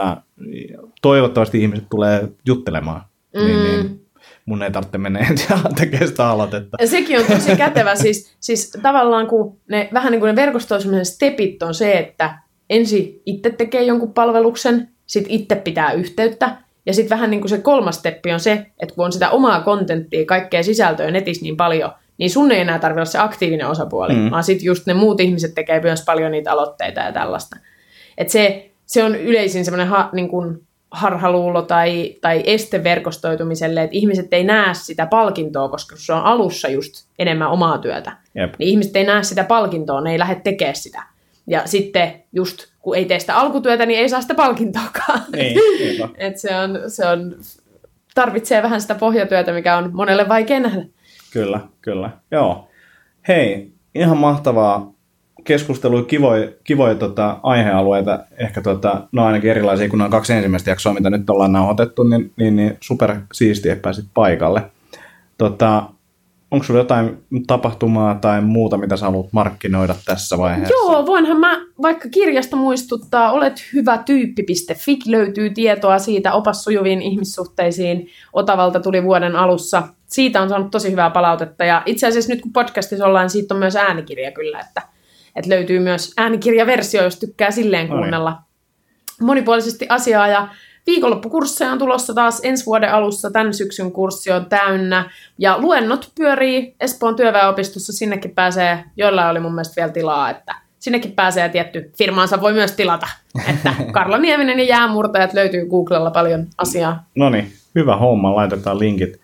toivottavasti ihmiset tulee juttelemaan. Niin, mun ei tarvitse mennä tekemään sitä aloitetta. Ja sekin on tosi kätevä. Siis tavallaan kun ne, vähän niin kuin ne verkostoitumisen stepit on se, että ensin itse tekee jonkun palveluksen, sitten itse pitää yhteyttä. Ja sitten vähän niin kuin se 3. steppi on se, että kun on sitä omaa kontenttia, kaikkea sisältöä netissä niin paljon, niin sun ei enää tarvitse olla se aktiivinen osapuoli, vaan sitten just ne muut ihmiset tekee myös paljon niitä aloitteita ja tällaista. Että se on yleisin semmoinen niin kuin harhaluulo tai este verkostoitumiselle, että ihmiset ei näe sitä palkintoa, koska se on alussa just enemmän omaa työtä. Jep. Niin ihmiset ei näe sitä palkintoa, ne ei lähde tekemään sitä. Ja sitten just kun ei tee sitä alkutyötä, niin ei saa sitä palkintoakaan. Että se on, tarvitsee vähän sitä pohjatyötä, mikä on monelle vaikea nähdä. Kyllä. Joo. Hei, ihan mahtavaa keskustelua, kivoja aihealueita, ehkä no ainakin erilaisia kuin noin 2 ensimmäistä jaksoa, mitä nyt ollaan nauhoitettu, niin super siistiä, että pääsit paikalle. Onko sulla jotain tapahtumaa tai muuta, mitä sä haluat markkinoida tässä vaiheessa? Joo, voinhan mä vaikka kirjasta muistuttaa, olethyvätyyppi.fi löytyy tietoa siitä opas sujuviin ihmissuhteisiin. Otavalta tuli vuoden alussa. Siitä on saanut tosi hyvää palautetta ja itse asiassa nyt kun podcastissa ollaan, siitä on myös äänikirja kyllä, että löytyy myös äänikirjaversio, jos tykkää silleen kuunnella monipuolisesti asiaa ja viikonloppukursseja on tulossa taas ensi vuoden alussa, tämän syksyn kurssi on täynnä. Ja luennot pyörii Espoon työväenopistossa, sinnekin pääsee, joillain oli mun mielestä vielä tilaa, että sinnekin pääsee tietty firmaansa voi myös tilata. Että Karla Nieminen ja Jäämurtajat löytyy Googlella paljon asiaa. No niin, hyvä homma, laitetaan linkit.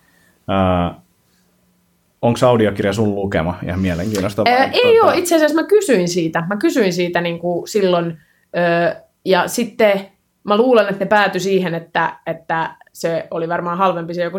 Onko audiokirja sun lukema? Ihan mielenkiintoista. Ei ole, itse asiassa mä kysyin siitä niin kuin silloin ja sitten mä luulen, että ne päätyi siihen, että se oli varmaan halvempi se joku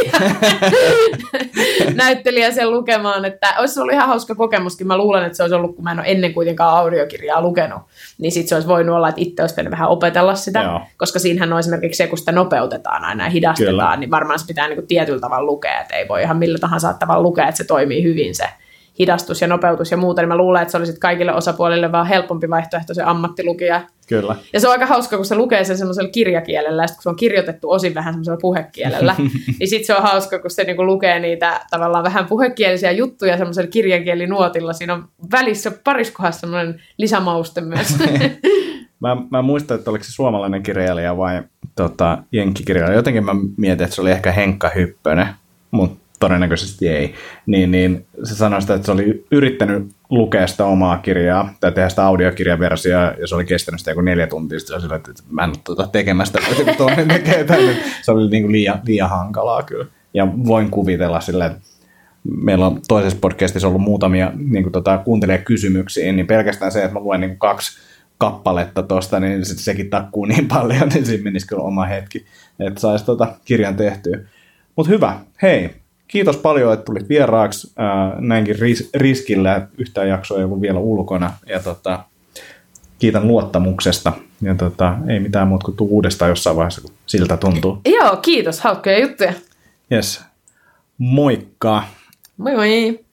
näyttelijä sen lukemaan, että olisi ollut ihan hauska kokemuskin. Mä luulen, että se olisi ollut, kun mä en ole ennen kuitenkaan audiokirjaa lukenut, niin sitten se olisi voinut olla, että itse olisi vähän opetella sitä, Joo. koska siinähän on esimerkiksi se, kun sitä nopeutetaan aina ja hidastetaan, Kyllä. niin varmaan se pitää niin kuin tietyllä tavalla lukea, että ei voi ihan millä tahansa tavalla lukea, että se toimii hyvin se hidastus ja nopeutus ja muuta, niin mä luulen, että se olisi kaikille osapuolille vaan helpompi vaihtoehto se ammattilukija. Kyllä. Ja se on aika hauska, kun se lukee sen semmoisella kirjakielellä, ja sitten kun se on kirjoitettu osin vähän semmoisella puhekielellä, niin sitten se on hauska, kun se niinku lukee niitä tavallaan vähän puhekielisiä juttuja semmoisella kirjakielinuotilla. Siinä on välissä pariskohdassa semmoinen lisämauste myös. Mä muistan, että oliko se suomalainen kirjailija vai jenkkikirjailija. Jotenkin mä mietin, että se oli ehkä Henkka Hyppönen, mutta todennäköisesti ei, niin se sanoi sitä, että se oli yrittänyt lukea sitä omaa kirjaa tai tehdä sitä audiokirjaversiota, ja se oli kestänyt sitä joku 4 tuntia, sitten sillä, että mä en ole tekemästä, että joku toinen tekee tämän. Se oli niin kuin liian hankalaa kyllä. Ja voin kuvitella sillä, että meillä on toisessa podcastissa ollut muutamia niin kuin kuuntelijakysymyksiä, niin pelkästään se, että mä luen niin kuin 2 kappaletta tuosta, niin sekin takkuu niin paljon, niin siinä menisi kyllä oma hetki, että saisi kirjan tehtyä. Mutta hyvä, hei! Kiitos paljon, että tulit vieraaksi näinkin riskillä, että yhtään jaksoa ei ollut vielä ulkona. Ja kiitän luottamuksesta. Ja ei mitään muuta kuin tuu uudestaan jossain vaiheessa, kun siltä tuntuu. Joo, kiitos. Hauskoja juttuja. Yes. Moikka. Moi moi.